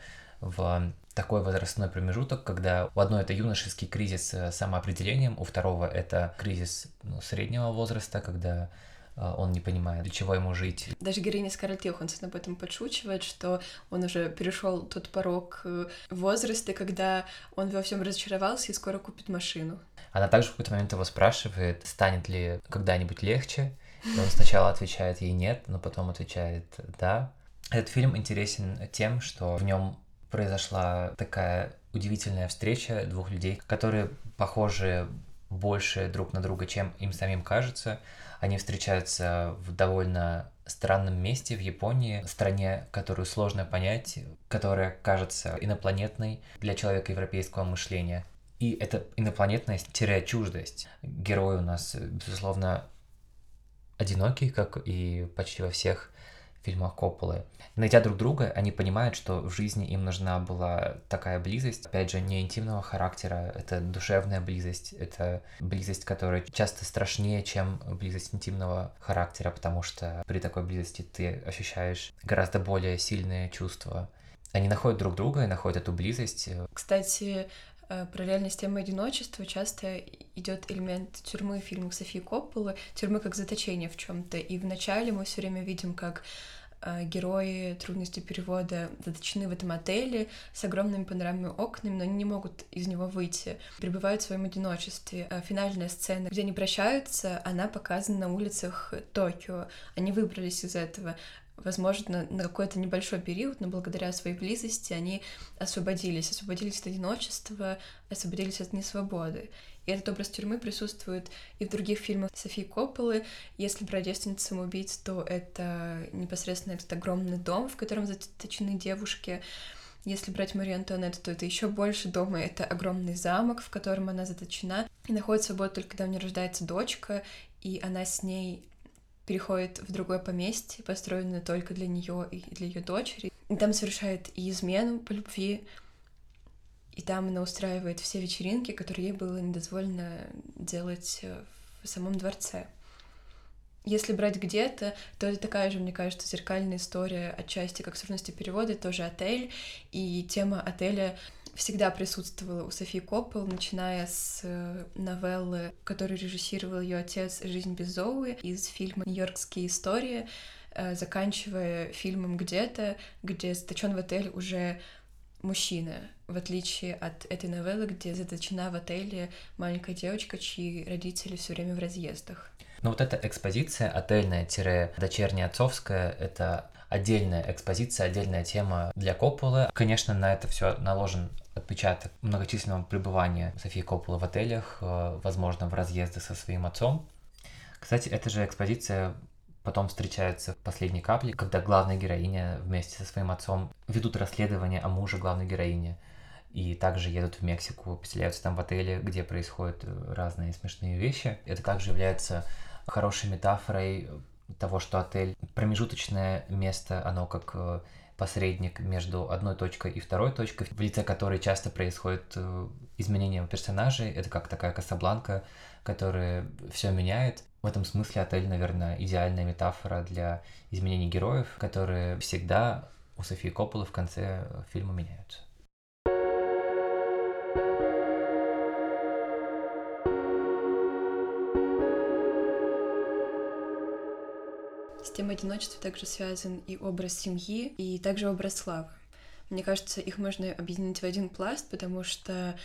в такой возрастной промежуток, когда у одной это юношеский кризис с самоопределением, у второго это кризис ну, среднего возраста, когда он не понимает, для чего ему жить. Даже героиня Скарлетт Йоханссон об этом подшучивает, что он уже перешел тот порог возраста, когда он во всем разочаровался и скоро купит машину. Она также в какой-то момент его спрашивает, станет ли когда-нибудь легче, и он сначала отвечает ей нет, но потом отвечает да. Этот фильм интересен тем, что в нем произошла такая удивительная встреча двух людей, которые похожи больше друг на друга, чем им самим кажется. Они встречаются в довольно странном месте в Японии, стране, которую сложно понять, которая кажется инопланетной для человека европейского мышления. И эта инопланетность-чуждость. Герой у нас, безусловно, одинокий, как и почти во всех фильмах Копполы. Найдя друг друга, они понимают, что в жизни им нужна была такая близость, опять же, не интимного характера, это душевная близость, это близость, которая часто страшнее, чем близость интимного характера, потому что при такой близости ты ощущаешь гораздо более сильные чувства. Они находят друг друга и находят эту близость. Кстати, параллельно с темой одиночества часто идет элемент тюрьмы в фильмах Софии Копполы, тюрьмы как заточение в чем-то. И вначале мы все время видим, как герои трудности перевода заточены в этом отеле с огромными панорамными окнами, но они не могут из него выйти, пребывают в своем одиночестве. Финальная сцена, где они прощаются, она показана на улицах Токио. Они выбрались из этого. Возможно, на какой-то небольшой период, но благодаря своей близости они освободились, освободились от одиночества, освободились от несвободы. И этот образ тюрьмы присутствует и в других фильмах Софии Копполы. Если брать «Девственница самоубийц», то это непосредственно этот огромный дом, в котором заточены девушки. Если брать Марию Антуанетту, то это еще больше дома, это огромный замок, в котором она заточена. И находит свободу только когда у нее рождается дочка, и она с ней переходит в другое поместье, построенное только для нее и для ее дочери. И там совершает и измену по любви, и там она устраивает все вечеринки, которые ей было недозволено делать в самом дворце. Если брать где-то, то это такая же, мне кажется, зеркальная история отчасти, как в «Трудности перевода», тоже отель, и тема отеля всегда присутствовала у Софии Копполы, начиная с новеллы, которую режиссировал ее отец «Жизнь без Зоуи», из фильма «Нью-Йоркские истории», заканчивая фильмом «Где-то», где заточен в отель уже мужчина, в отличие от этой новеллы, где заточена в отеле маленькая девочка, чьи родители все время в разъездах. Ну вот эта экспозиция, отельная-дочерняя отцовская, это отдельная экспозиция, отдельная тема для Копполы. Конечно, на это все наложен отпечаток многочисленного пребывания Софии Копполы в отелях, возможно, в разъезды со своим отцом. Кстати, эта же экспозиция потом встречается в «Последней капле», когда главная героиня вместе со своим отцом ведут расследование о муже главной героини. И также едут в Мексику, поселяются там в отеле, где происходят разные смешные вещи. Это также является хорошей метафорой того, что отель — промежуточное место, оно как посредник между одной точкой и второй точкой, в лице которой часто происходит изменение персонажей. Это как такая Касабланка, которая все меняет. В этом смысле отель, наверное, идеальная метафора для изменений героев, которые всегда у Софии Копполы в конце фильма меняются. С темой одиночества также связан и образ семьи, и также образ славы. Мне кажется, их можно объединить в один пласт, потому что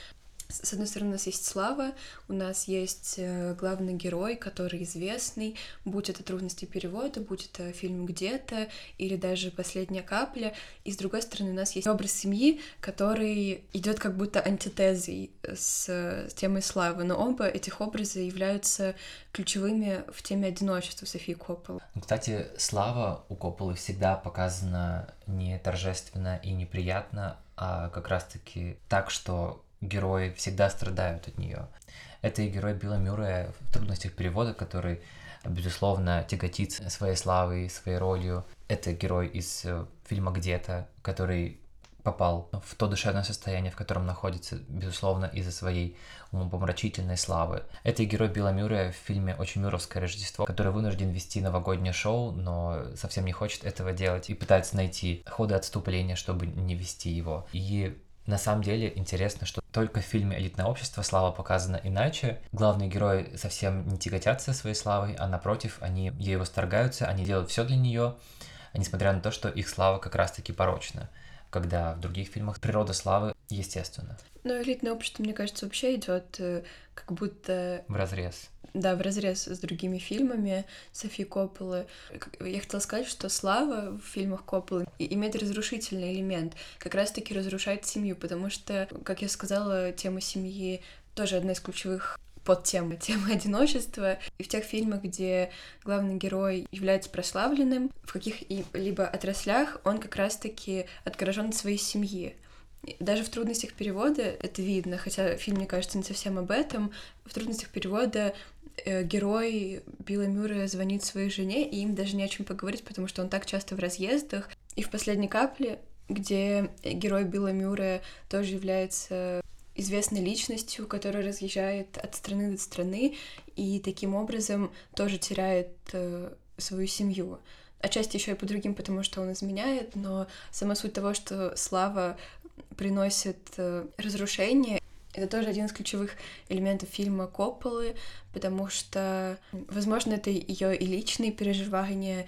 С одной стороны, у нас есть слава, у нас есть главный герой, который известный, будь это «Трудности перевода», будь это фильм «Где-то» или даже «Последняя капля». И с другой стороны, у нас есть образ семьи, который идет как будто антитезой с, с темой славы, но оба этих образа являются ключевыми в теме одиночества Софии Копполы. Кстати, слава у Копполы всегда показана не торжественно и неприятно, а как раз-таки так, что герои всегда страдают от нее. Это и герой Билла Мюррея в «Трудностях перевода», который, безусловно, тяготится своей славой, своей ролью. Это герой из фильма «Где-то», который попал в то душевное состояние, в котором находится, безусловно, из-за своей умопомрачительной славы. Это и герой Билла Мюррея в фильме «Очень мюрревское Рождество», который вынужден вести новогоднее шоу, но совсем не хочет этого делать и пытается найти ходы отступления, чтобы не вести его. И на самом деле интересно, что только в фильме «Элитное общество» слава показана иначе. Главные герои совсем не тяготятся своей славой, а напротив, они ею восторгаются, они делают все для нее, несмотря на то, что их слава как раз-таки порочна, когда в других фильмах природа славы естественна. Но «Элитное общество», мне кажется, вообще идет как будто... Вразрез. Да, вразрез с другими фильмами Софии Копполы. Я хотела сказать, что слава в фильмах Копполы имеет разрушительный элемент, как раз-таки разрушает семью, потому что, как я сказала, тема семьи тоже одна из ключевых подтем, тема одиночества. И в тех фильмах, где главный герой является прославленным, в каких-либо отраслях он как раз-таки отгорожен от своей семьи. Даже в «Трудностях перевода» это видно, хотя фильм, мне кажется, не совсем об этом. В «Трудностях перевода» э, герой Билла Мюррея звонит своей жене, и им даже не о чем поговорить, потому что он так часто в разъездах. И в «Последней капле», где герой Билла Мюррея тоже является известной личностью, которая разъезжает от страны до страны, и таким образом тоже теряет э, свою семью. Отчасти еще и по другим, потому что он изменяет, но сама суть того, что слава приносит э, разрушение, это тоже один из ключевых элементов фильма Копполы, потому что, возможно, это ее и личные переживания,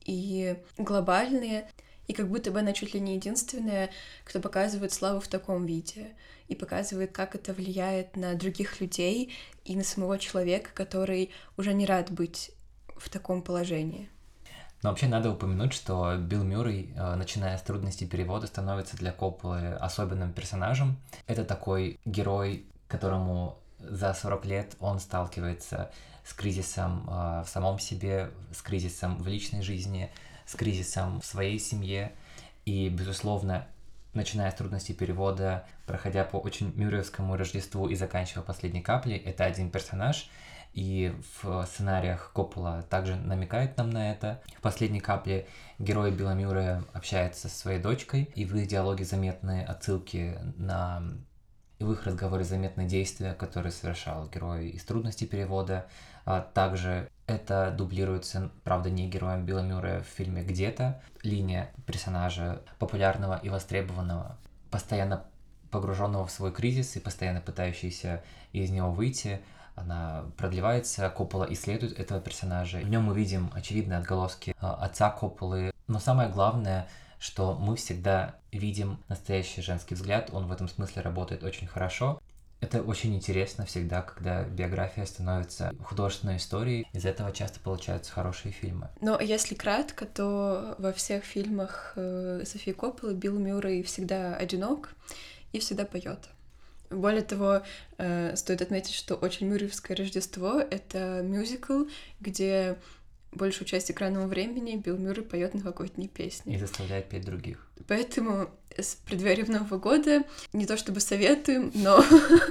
и глобальные, и как будто бы она чуть ли не единственная, кто показывает славу в таком виде, и показывает, как это влияет на других людей и на самого человека, который уже не рад быть в таком положении. Но вообще надо упомянуть, что Билл Мюррей, начиная с «Трудностей перевода», становится для Копполы особенным персонажем. Это такой герой, которому за сорок лет он сталкивается с кризисом в самом себе, с кризисом в личной жизни, с кризисом в своей семье. И, безусловно, начиная с «Трудностей перевода», проходя по очень мюрреевскому Рождеству и заканчивая «Последней каплей», это один персонаж. И в сценариях Коппола также намекает нам на это. В «Последней капле» герой Билла Мюррея общается со своей дочкой, и в их диалоге заметны отсылки на... и в их разговоре заметны действия, которые совершал герой из «Трудностей перевода». А также это дублируется, правда, не героем Билла Мюррея в фильме «Где-то». Линия персонажа популярного и востребованного, постоянно погруженного в свой кризис и постоянно пытающийся из него выйти, она продлевается. Коппола исследует этого персонажа. В нем мы видим очевидные отголоски отца Копполы. Но самое главное, что мы всегда видим настоящий женский взгляд. Он в этом смысле работает очень хорошо. Это очень интересно всегда, когда биография становится художественной историей. Из этого часто получаются хорошие фильмы. Но если кратко, то во всех фильмах Софии Копполы Билл Мюррей всегда одинок и всегда поет. Более того, э, стоит отметить, что «Очень мюрреевское Рождество» — это мюзикл, где большую часть экранного времени Билл Мюррей поет новогодние песни. И заставляет петь других. Поэтому с преддверием Нового года не то чтобы советуем, но...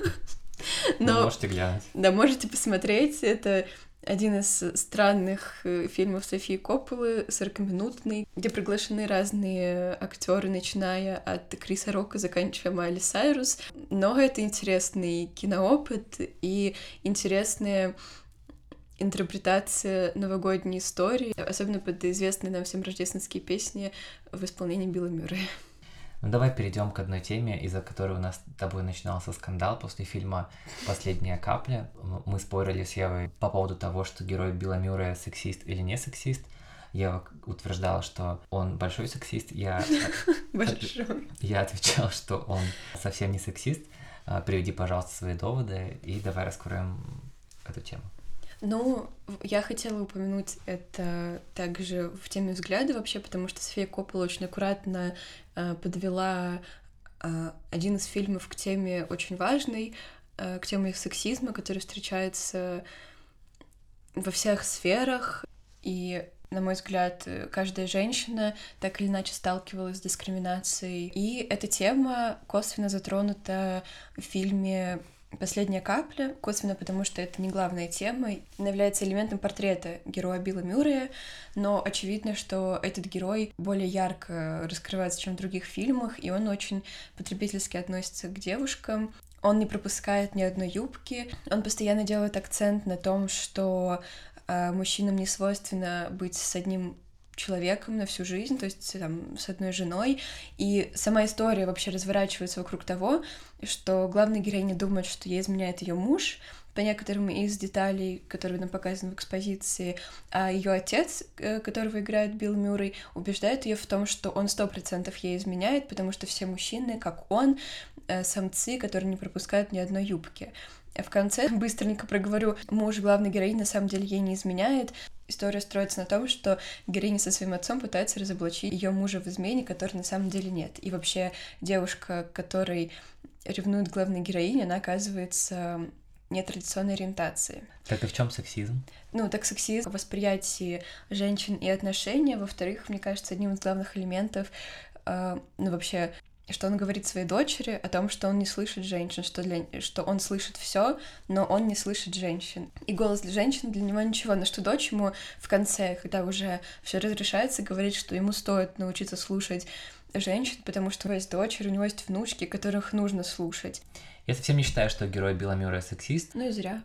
но можете глянуть. Да, можете посмотреть. Это один из странных фильмов Софии Копполы, сорокаминутный, где приглашены разные актеры, начиная от Криса Рока, заканчивая Майли Сайрус. Но это интересный киноопыт и интересная интерпретация новогодней истории, особенно под известные нам всем рождественские песни в исполнении Билла Мюррея. Ну давай перейдем к одной теме, из-за которой у нас с тобой начинался скандал после фильма «Последняя капля». Мы спорили с Евой по поводу того, что герой Билла Мюррея сексист или не сексист. Ева утверждала, что он большой сексист. Я... Большой. Я отвечал, что он совсем не сексист. Приведи, пожалуйста, свои доводы, и давай раскроем эту тему. Ну, я хотела упомянуть это также в теме взгляда вообще, потому что София Коппола очень аккуратно э, подвела э, один из фильмов к теме очень важной, э, к теме сексизма, который встречается во всех сферах, и, на мой взгляд, каждая женщина так или иначе сталкивалась с дискриминацией. И эта тема косвенно затронута в фильме «Последняя капля», косвенно потому, что это не главная тема, она является элементом портрета героя Билла Мюррея, но очевидно, что этот герой более ярко раскрывается, чем в других фильмах, и он очень потребительски относится к девушкам. Он не пропускает ни одной юбки, он постоянно делает акцент на том, что э, мужчинам не свойственно быть с одним человеком на всю жизнь, то есть там, с одной женой, и сама история вообще разворачивается вокруг того, что главная героиня думает, что ей изменяет ее муж, по некоторым из деталей, которые нам показаны в экспозиции, а ее отец, которого играет Билл Мюррей, убеждает ее в том, что он сто процентов ей изменяет, потому что все мужчины, как он, самцы, которые не пропускают ни одной юбки. В конце быстренько проговорю, муж главной героини на самом деле ей не изменяет. История строится на том, что героиня со своим отцом пытается разоблачить ее мужа в измене, которой на самом деле нет. И вообще девушка, которой ревнует главная героиня, она оказывается нетрадиционной ориентации. Так и в чем сексизм? Ну, так сексизм в восприятии женщин и отношений. Во-вторых, мне кажется, одним из главных элементов, э, ну, вообще, что он говорит своей дочери о том, что он не слышит женщин, что, для... что он слышит все, но он не слышит женщин. И голос для женщин для него ничего, на что дочь ему в конце, когда уже все разрешается, говорит, что ему стоит научиться слушать женщин, потому что у него есть дочери, у него есть внучки, которых нужно слушать. Я совсем не считаю, что герой Билла Мюррея сексист. Ну и зря.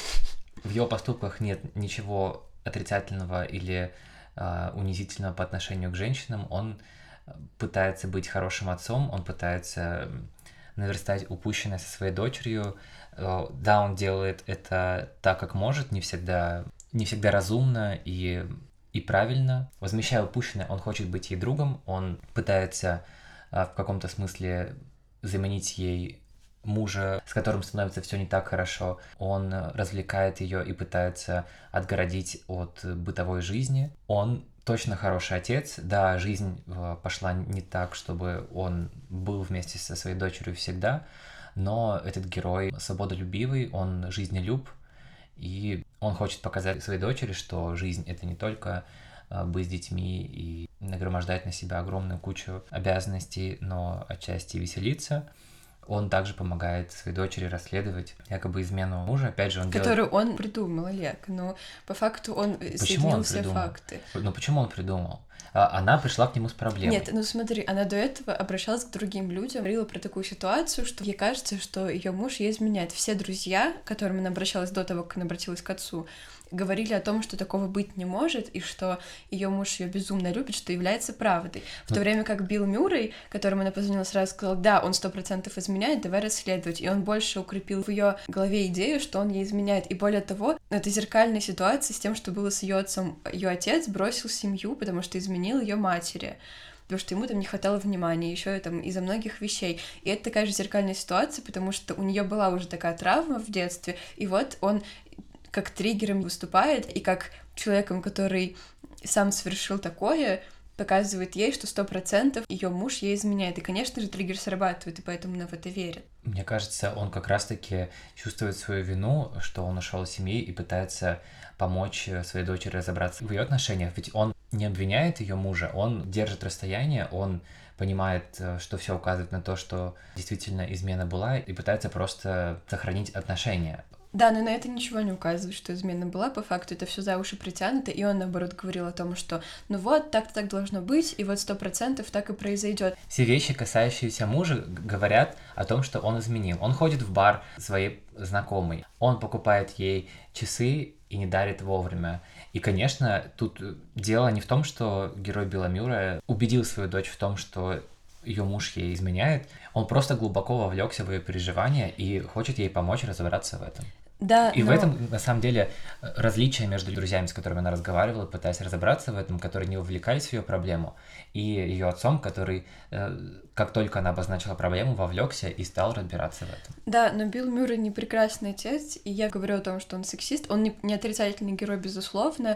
В его поступках нет ничего отрицательного или э, унизительного по отношению к женщинам. Он пытается быть хорошим отцом, он пытается наверстать упущенное со своей дочерью. Да, он делает это так, как может, не всегда, не всегда разумно и, и правильно. Возмещая упущенное, он хочет быть ей другом, он пытается в каком-то смысле заменить ей мужа, с которым становится все не так хорошо. Он развлекает ее и пытается отгородить от бытовой жизни. Он точно хороший отец. Да, жизнь пошла не так, чтобы он был вместе со своей дочерью всегда, но этот герой свободолюбивый, он жизнелюб, и он хочет показать своей дочери, что жизнь — это не только быть с детьми и нагромождать на себя огромную кучу обязанностей, но отчасти веселиться. Он также помогает своей дочери расследовать якобы измену мужа. Опять же, он Которую делает... он придумал, Олег, но по факту он Почему соединил он все придумал? факты. Ну почему он придумал? Она пришла к нему с проблемой. Нет, ну смотри, она до этого обращалась к другим людям, говорила про такую ситуацию, что ей кажется, что ее муж ей изменяет. Все друзья, к которым она обращалась до того, как она обратилась к отцу, говорили о том, что такого быть не может, и что ее муж ее безумно любит, что является правдой. В то время как Билл Мюррей, которому она позвонила сразу, сказал, да, он сто процентов изменяет, давай расследовать. И он больше укрепил в ее голове идею, что он ей изменяет. И более того, это зеркальная ситуация с тем, что было с ее отцом. Ее отец бросил семью, потому что изменил ее матери, потому что ему там не хватало внимания, еще там из-за многих вещей. И это такая же зеркальная ситуация, потому что у нее была уже такая травма в детстве, и вот он как триггером выступает, и как человеком, который сам совершил такое, показывает ей, что сто процентов ее муж ей изменяет. И, конечно же, триггер срабатывает, и поэтому она в это верит. Мне кажется, он как раз-таки чувствует свою вину, что он ушел из семьи и пытается помочь своей дочери разобраться в ее отношениях. Ведь он не обвиняет ее мужа, он держит расстояние, он понимает, что все указывает на то, что действительно измена была, и пытается просто сохранить отношения. Да, но на это ничего не указывает, что измена была, по факту это все за уши притянуто, и он, наоборот, говорил о том, что ну вот, так-то так должно быть, и вот сто процентов так и произойдет. Все вещи, касающиеся мужа, говорят о том, что он изменил. Он ходит в бар своей знакомой, он покупает ей часы и не дарит вовремя. И, конечно, тут дело не в том, что герой Билла Мюррея убедил свою дочь в том, что ее муж ей изменяет, он просто глубоко вовлекся в ее переживания и хочет ей помочь разобраться в этом. Да, и но... в этом, на самом деле, различие между друзьями, с которыми она разговаривала, пытаясь разобраться в этом, которые не вовлекались в ее проблему, и ее отцом, который, как только она обозначила проблему, вовлекся и стал разбираться в этом. Да, но Билл Мюррей не прекрасный отец, и я говорю о том, что он сексист. Он не, не отрицательный герой, безусловно,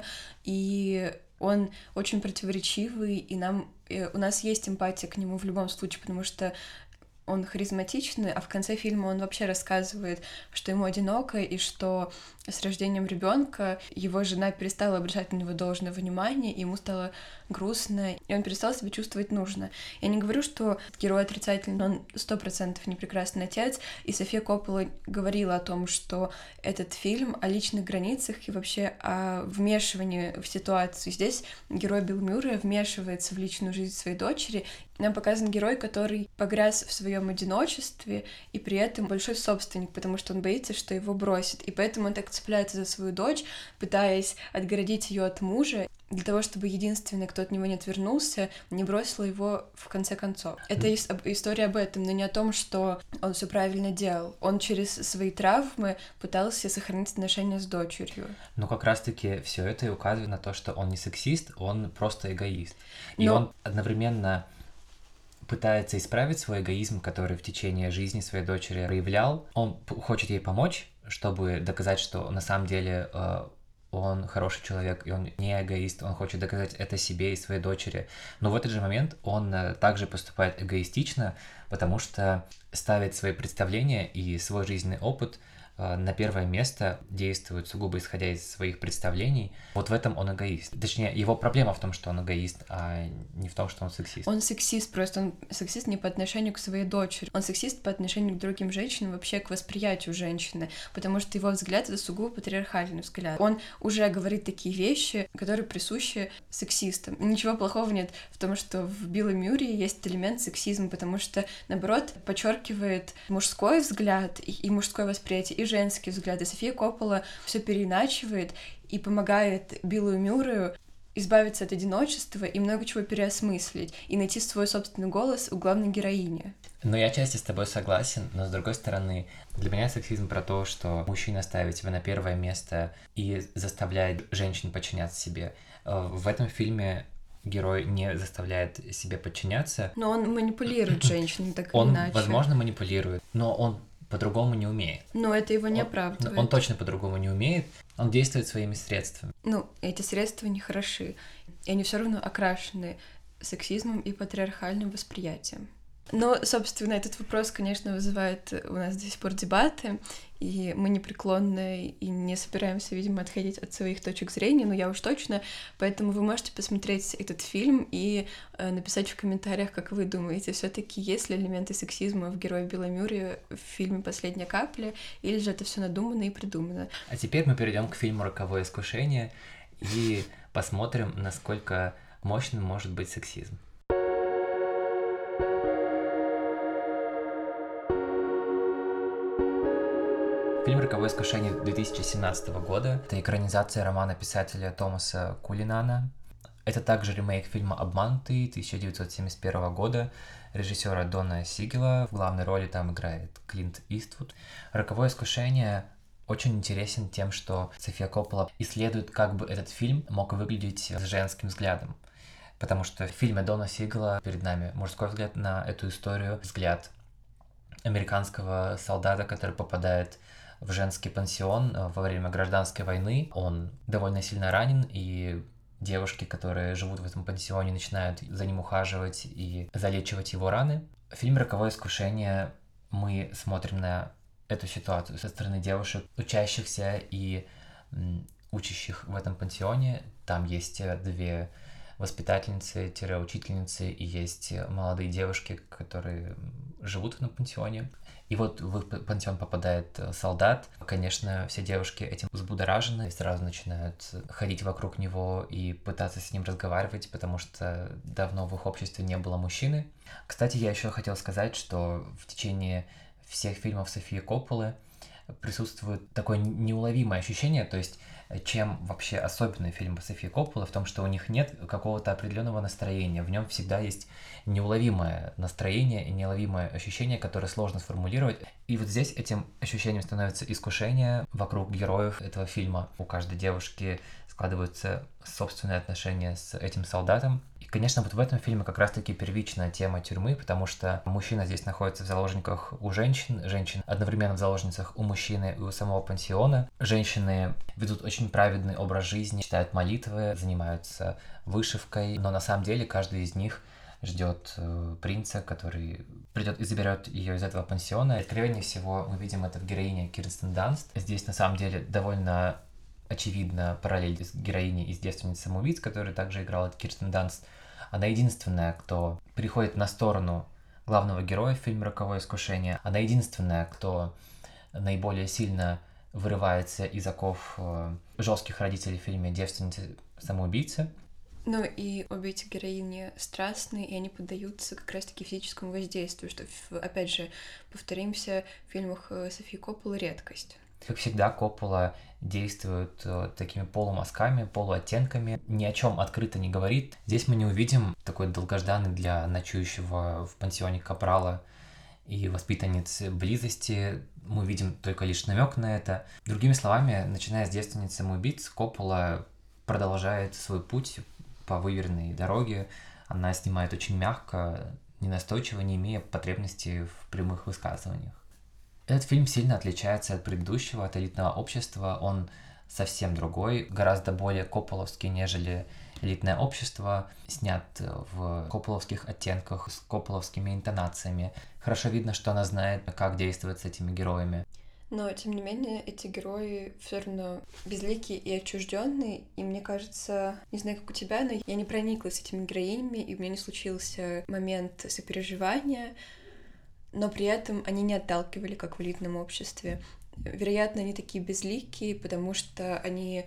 и он очень противоречивый, и нам и у нас есть эмпатия к нему в любом случае, потому что он харизматичный, а в конце фильма он вообще рассказывает, что ему одиноко, и что с рождением ребенка его жена перестала обращать на него должное внимание, и ему стало грустно, и он перестал себя чувствовать нужно. Я не говорю, что герой отрицательный, но он сто процентов не прекрасный отец, и София Коппола говорила о том, что этот фильм о личных границах и вообще о вмешивании в ситуацию. Здесь герой Билл Мюррей вмешивается в личную жизнь своей дочери. Нам показан герой, который погряз в своем одиночестве и при этом большой собственник, потому что он боится, что его бросит. И поэтому он так цепляется за свою дочь, пытаясь отгородить ее от мужа, для того, чтобы единственный, кто от него не отвернулся, не бросил его в конце концов. Это история об этом, но не о том, что он все правильно делал. Он через свои травмы пытался сохранить отношения с дочерью. Но как раз-таки все это и указывает на то, что он не сексист, он просто эгоист. И но... он одновременно пытается исправить свой эгоизм, который в течение жизни своей дочери проявлял. Он хочет ей помочь, чтобы доказать, что на самом деле э, он хороший человек, и он не эгоист, он хочет доказать это себе и своей дочери. Но в этот же момент он э, также поступает эгоистично, потому что ставит свои представления и свой жизненный опыт на первое место, действует сугубо исходя из своих представлений. Вот в этом он эгоист. Точнее, его проблема в том, что он эгоист, а не в том, что он сексист. Он сексист, просто он сексист не по отношению к своей дочери. Он сексист по отношению к другим женщинам, вообще к восприятию женщины, потому что его взгляд — это сугубо патриархальный взгляд. Он уже говорит такие вещи, которые присущи сексистам. Ничего плохого нет в том, что в Билла Мюррее есть элемент сексизма, потому что, наоборот, подчеркивает мужской взгляд и, и мужское восприятие, и женские взгляды. София Коппола все переиначивает и помогает Биллу Мюррею избавиться от одиночества и много чего переосмыслить, и найти свой собственный голос у главной героини. Ну, я отчасти с тобой согласен, но с другой стороны, для меня сексизм про то, что мужчина ставит себя на первое место и заставляет женщин подчиняться себе. В этом фильме герой не заставляет себя подчиняться. Но он манипулирует женщиной, так или он, иначе. Он, возможно, манипулирует, но он по-другому не умеет. Но это его не он, оправдывает. Он точно по-другому не умеет, он действует своими средствами. Ну, эти средства не хороши, и они все равно окрашены сексизмом и патриархальным восприятием. Но, собственно, этот вопрос, конечно, вызывает у нас до сих пор дебаты, и мы непреклонны и не собираемся, видимо, отходить от своих точек зрения, но я уж точно, поэтому вы можете посмотреть этот фильм и э, написать в комментариях, как вы думаете, все таки есть ли элементы сексизма в герое Билла Мюррея в фильме «Последняя капля», или же это все надумано и придумано. А теперь мы перейдем к фильму «Роковое искушение» и посмотрим, насколько мощным может быть сексизм. Фильм «Роковое искушение» две тысячи семнадцатого года. Это экранизация романа писателя Томаса Кулинана. Это также ремейк фильма «Обманутый» тысяча девятьсот семьдесят первого года режиссера Дона Сигела. В главной роли там играет Клинт Иствуд. «Роковое искушение» очень интересен тем, что София Коппола исследует, как бы этот фильм мог выглядеть с женским взглядом. Потому что в фильме Дона Сигела перед нами мужской взгляд на эту историю, взгляд американского солдата, который попадает в женский пансион во время гражданской войны. Он довольно сильно ранен, и девушки, которые живут в этом пансионе, начинают за ним ухаживать и залечивать его раны. В фильме «Роковое искушение» мы смотрим на эту ситуацию со стороны девушек, учащихся и учащих в этом пансионе. Там есть две воспитательницы-учительницы и есть молодые девушки, которые живут в этом пансионе. И вот в их пансион попадает солдат. Конечно, все девушки этим взбудоражены и сразу начинают ходить вокруг него и пытаться с ним разговаривать, потому что давно в их обществе не было мужчины. Кстати, я еще хотел сказать, что в течение всех фильмов Софии Копполы присутствует такое неуловимое ощущение, то есть чем вообще особенный фильм Софии Копполы в том, что у них нет какого-то определенного настроения, в нем всегда есть неуловимое настроение и неуловимое ощущение, которое сложно сформулировать. И вот здесь этим ощущением становится искушение вокруг героев этого фильма. У каждой девушки складываются собственные отношения с этим солдатом. И, конечно, вот в этом фильме как раз-таки первичная тема тюрьмы, потому что мужчина здесь находится в заложниках у женщин, женщин одновременно в заложницах у мужчины и у самого пансиона. Женщины ведут очень праведный образ жизни, читают молитвы, занимаются вышивкой, но на самом деле каждый из них ждет э, принца, который придет и заберет ее из этого пансиона. И, откровеннее всего, мы видим это в героине Кирстен Данст. Здесь, на самом деле, довольно очевидно параллель с героиней из «Девственницы самоубийц», которую также играла Кирстен Данст. Она единственная, кто переходит на сторону главного героя в фильме «Роковое искушение». Она единственная, кто наиболее сильно вырывается из оков э, жестких родителей в фильме «Девственницы самоубийцы». Ну и обе эти героини страстные, и они поддаются как раз-таки физическому воздействию, что, опять же, повторимся, в фильмах Софии Копполы редкость. Как всегда, Коппола действует э, такими полумазками, полуоттенками, ни о чем открыто не говорит. Здесь мы не увидим такой долгожданный для ночующего в пансионе капрала и воспитанниц близости. Мы видим только лишь намек на это. Другими словами, начиная с «Девственницы самоубийц», Коппола продолжает свой путь по выверенной дороге. Она снимает очень мягко, ненастойчиво, не имея потребности в прямых высказываниях. Этот фильм сильно отличается от предыдущего, от «Элитного общества». Он совсем другой, гораздо более копполовский, нежели «Элитное общество», снят в копполовских оттенках, с копполовскими интонациями. Хорошо видно, что она знает, как действовать с этими героями. Но, тем не менее, эти герои все равно безликие и отчужденные, и мне кажется, не знаю, как у тебя, но я не прониклась этими героинями, и у меня не случился момент сопереживания, но при этом они не отталкивали, как в «Элитном обществе». Вероятно, они такие безликие, потому что они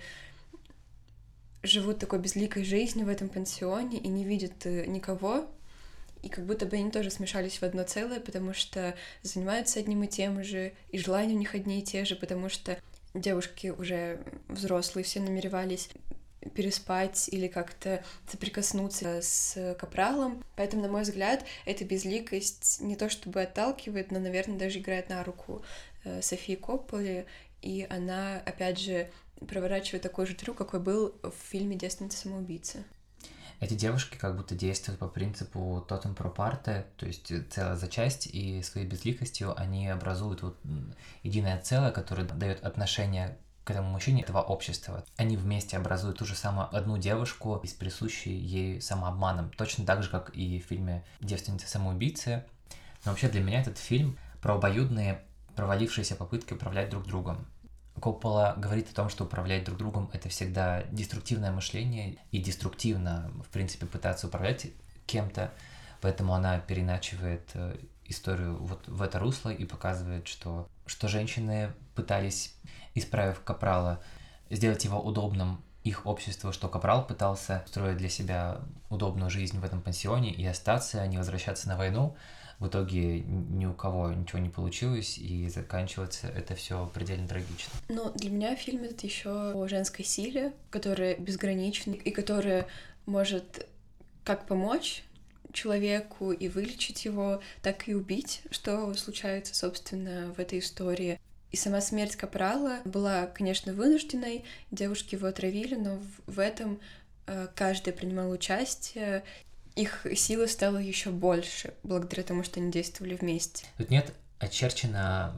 живут такой безликой жизнью в этом пансионе и не видят никого, и как будто бы они тоже смешались в одно целое, потому что занимаются одним и тем же, и желания у них одни и те же, потому что девушки уже взрослые, все намеревались переспать или как-то соприкоснуться с капралом. Поэтому, на мой взгляд, эта безликость не то чтобы отталкивает, но, наверное, даже играет на руку Софии Копполе, и она, опять же, проворачивает такой же трюк, какой был в фильме «Девственница самоубийцы». Эти девушки как будто действуют по принципу тотем про парте, то есть целая за часть, и своей безликостью они образуют вот единое целое, которое дает отношение к этому мужчине этого общества. Они вместе образуют ту же самую одну девушку с присущей ей самообманом, точно так же, как и в фильме «Девственница самоубийцы». Но вообще для меня этот фильм про обоюдные провалившиеся попытки управлять друг другом. Коппола говорит о том, что управлять друг другом — это всегда деструктивное мышление, и деструктивно, в принципе, пытаться управлять кем-то, поэтому она переначивает историю вот в это русло и показывает, что, что женщины пытались, исправив капрала, сделать его удобным их обществу, что капрал пытался строить для себя удобную жизнь в этом пансионе и остаться, а не возвращаться на войну. В итоге ни у кого ничего не получилось, и заканчивается это все предельно трагично. Но для меня фильм этот еще о женской силе, которая безгранична и которая может как помочь человеку и вылечить его, так и убить, что случается, собственно, в этой истории. И сама смерть капрала была, конечно, вынужденной, девушки его отравили, но в этом каждая принимала участие. Их сила стала еще больше, благодаря тому, что они действовали вместе. Тут нет очерчено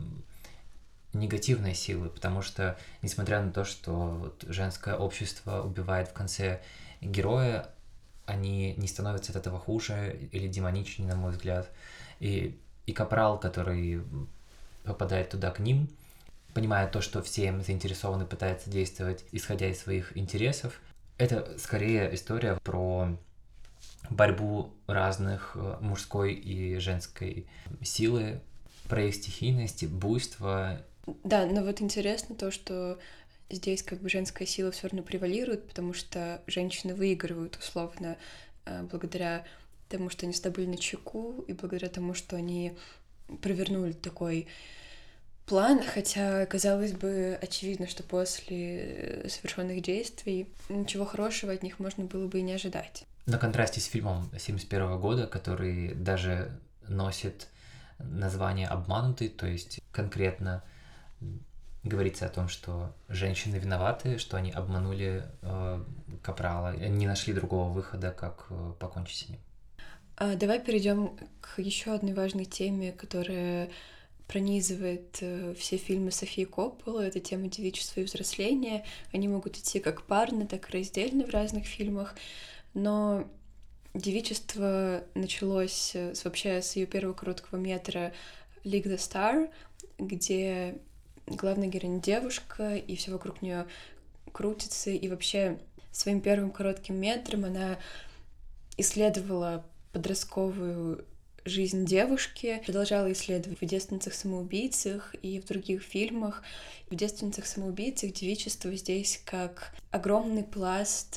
негативной силы, потому что, несмотря на то, что вот женское общество убивает в конце героя, они не становятся от этого хуже или демоничнее, на мой взгляд. И, и капрал, который попадает туда к ним, понимая то, что все им заинтересованы, пытается действовать, исходя из своих интересов, это скорее история про борьбу разных мужской и женской силы, про их стихийность, буйство. Да, но вот интересно то, что здесь как бы женская сила все равно превалирует, потому что женщины выигрывают условно благодаря тому, что они всегда были начеку, и благодаря тому, что они провернули такой план, хотя, казалось бы, очевидно, что после совершенных действий ничего хорошего от них можно было бы и не ожидать. На контрасте с фильмом семьдесят первого года, который даже носит название «Обманутый», то есть конкретно говорится о том, что женщины виноваты, что они обманули э, Капрала, не нашли другого выхода, как э, покончить с ним. А, давай перейдем к еще одной важной теме, которая пронизывает э, все фильмы Софии Копполы. Это тема девичества и взросления. Они могут идти как парно, так и раздельно в разных фильмах, но девичество началось с, вообще с ее первого короткого метра «League the Star», где главная героиня девушка, и все вокруг нее крутится, и вообще своим первым коротким метром она исследовала подростковую жизнь девушки, продолжала исследовать в «Девственницах-самоубийцах» и в других фильмах. В «Девственницах-самоубийцах» девичество здесь как огромный пласт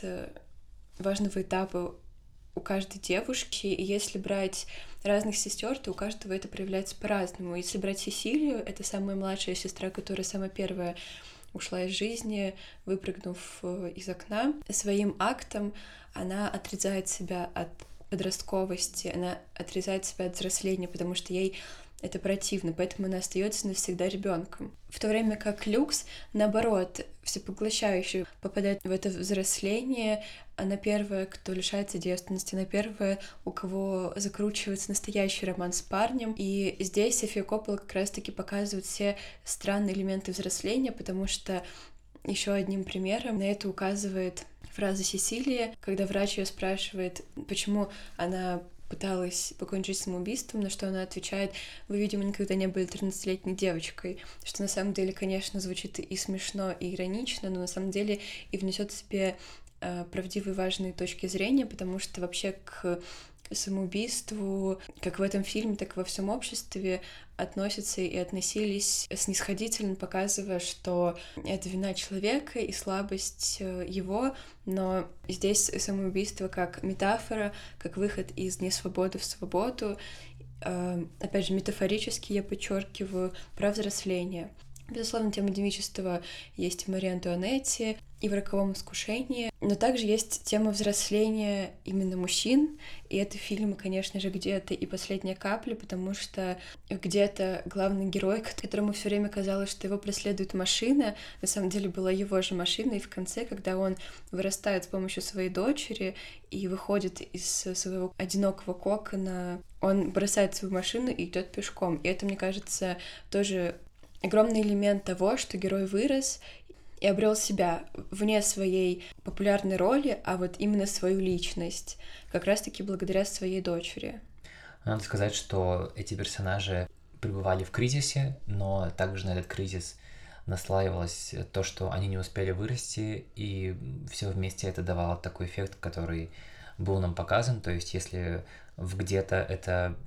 важного этапа у каждой девушки, и если брать разных сестер, то у каждого это проявляется по-разному. Если брать Сесилию, это самая младшая сестра, которая самая первая ушла из жизни, выпрыгнув из окна. Своим актом она отрезает себя от подростковости, она отрезает себя от взросления, потому что ей это противно, поэтому она остается навсегда ребенком. В то время как Люкс, наоборот, всепоглощающе попадает в это взросление. Она первая, кто лишается девственности, она первая, у кого закручивается настоящий роман с парнем. И здесь София Коппола как раз-таки показывает все странные элементы взросления, потому что еще одним примером на это указывает фраза Сесилии, когда врач ее спрашивает, почему она пыталась покончить самоубийством, на что она отвечает: вы, видимо, никогда не были тринадцатилетней девочкой, что на самом деле, конечно, звучит и смешно, и иронично, но на самом деле и внесет в себе э, правдивые важные точки зрения, потому что вообще к самоубийству, как в этом фильме, так и во всем обществе, относятся и относились снисходительно, показывая, что это вина человека и слабость его, но здесь самоубийство как метафора, как выход из несвободы в свободу, опять же, метафорически я подчеркиваю, про взросление. Безусловно, тема девичества есть в Марии Антуанетте и в «Роковом искушении», но также есть тема взросления именно мужчин, и это фильмы, конечно же, где-то и «Последняя капля», потому что где-то главный герой, которому все время казалось, что его преследует машина, на самом деле была его же машина, и в конце, когда он вырастает с помощью своей дочери и выходит из своего одинокого кокона, он бросает свою машину и идет пешком, и это, мне кажется, тоже огромный элемент того, что герой вырос и обрел себя вне своей популярной роли, а вот именно свою личность, как раз-таки благодаря своей дочери. Надо сказать, что эти персонажи пребывали в кризисе, но также на этот кризис наслаивалось то, что они не успели вырасти, и все вместе это давало такой эффект, который был нам показан. То есть, если в где-то это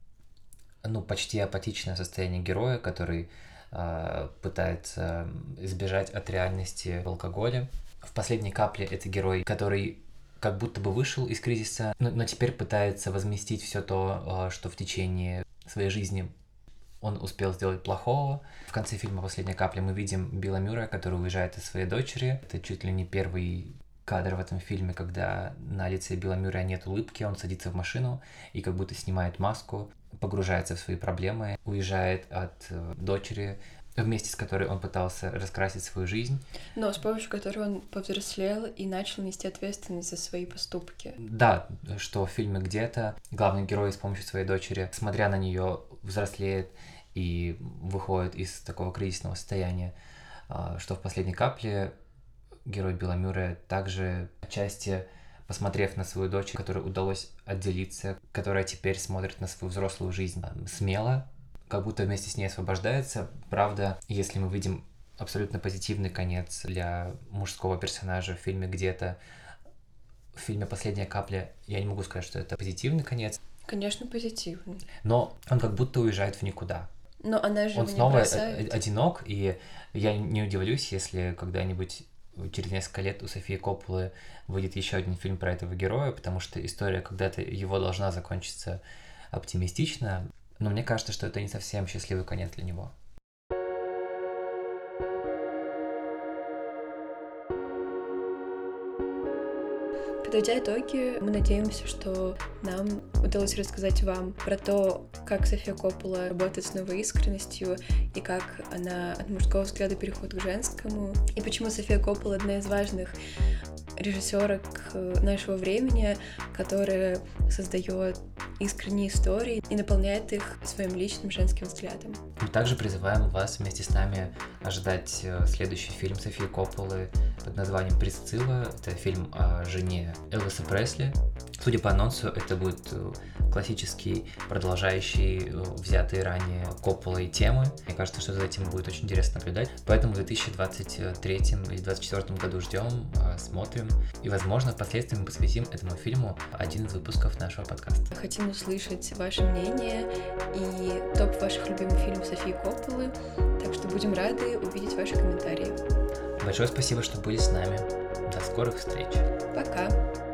ну, почти апатичное состояние героя, который пытается избежать от реальности алкоголя. В «Последней капле» это герой, который как будто бы вышел из кризиса, но, но теперь пытается возместить все то, что в течение своей жизни он успел сделать плохого. В конце фильма «Последняя капля» мы видим Билла Мюррея, который уезжает от своей дочери. Это чуть ли не первый кадр в этом фильме, когда на лице Билла Мюррея нет улыбки, он садится в машину и как будто снимает маску, погружается в свои проблемы, уезжает от э, дочери, вместе с которой он пытался раскрасить свою жизнь. Но с помощью которой он повзрослел и начал нести ответственность за свои поступки. Да, что в фильме «Где-то» главный герой с помощью своей дочери, смотря на нее, взрослеет и выходит из такого кризисного состояния, что в «Последней капле» герой Билла Мюррея также отчасти, посмотрев на свою дочь, которой удалось отделиться, которая теперь смотрит на свою взрослую жизнь смело, как будто вместе с ней освобождается. Правда, если мы видим абсолютно позитивный конец для мужского персонажа в фильме «Где-то», в фильме «Последняя капля» я не могу сказать, что это позитивный конец. Конечно, позитивный. Но он как будто уезжает в никуда. Но она же он его снова не бросает. Одинок, и я не удивлюсь, если когда-нибудь через несколько лет у Софии Копполы выйдет еще один фильм про этого героя, потому что история когда-то его должна закончиться оптимистично, но мне кажется, что это не совсем счастливый конец для него. Подводя итоги, мы надеемся, что нам удалось рассказать вам про то, как София Коппола работает с новой искренностью, и как она от мужского взгляда переходит к женскому, и почему София Коппола одна из важных режиссерок нашего времени, которая создает искренние истории и наполняет их своим личным женским взглядом. Мы также призываем вас вместе с нами ожидать следующий фильм Софии Копполы под названием «Присцилла». Это фильм о жене Элвиса Пресли. Судя по анонсу, это будет классический, продолжающий взятые ранее Копполой темы. Мне кажется, что за этим будет очень интересно наблюдать. Поэтому в две тысячи двадцать третьем или две тысячи двадцать четвёртом году ждем, смотрим. И, возможно, впоследствии мы посвятим этому фильму один из выпусков нашего подкаста. Хотим услышать ваше мнение и топ ваших любимых фильмов Софии Копполы. Так что будем рады увидеть ваши комментарии. Большое спасибо, что были с нами. До скорых встреч. Пока.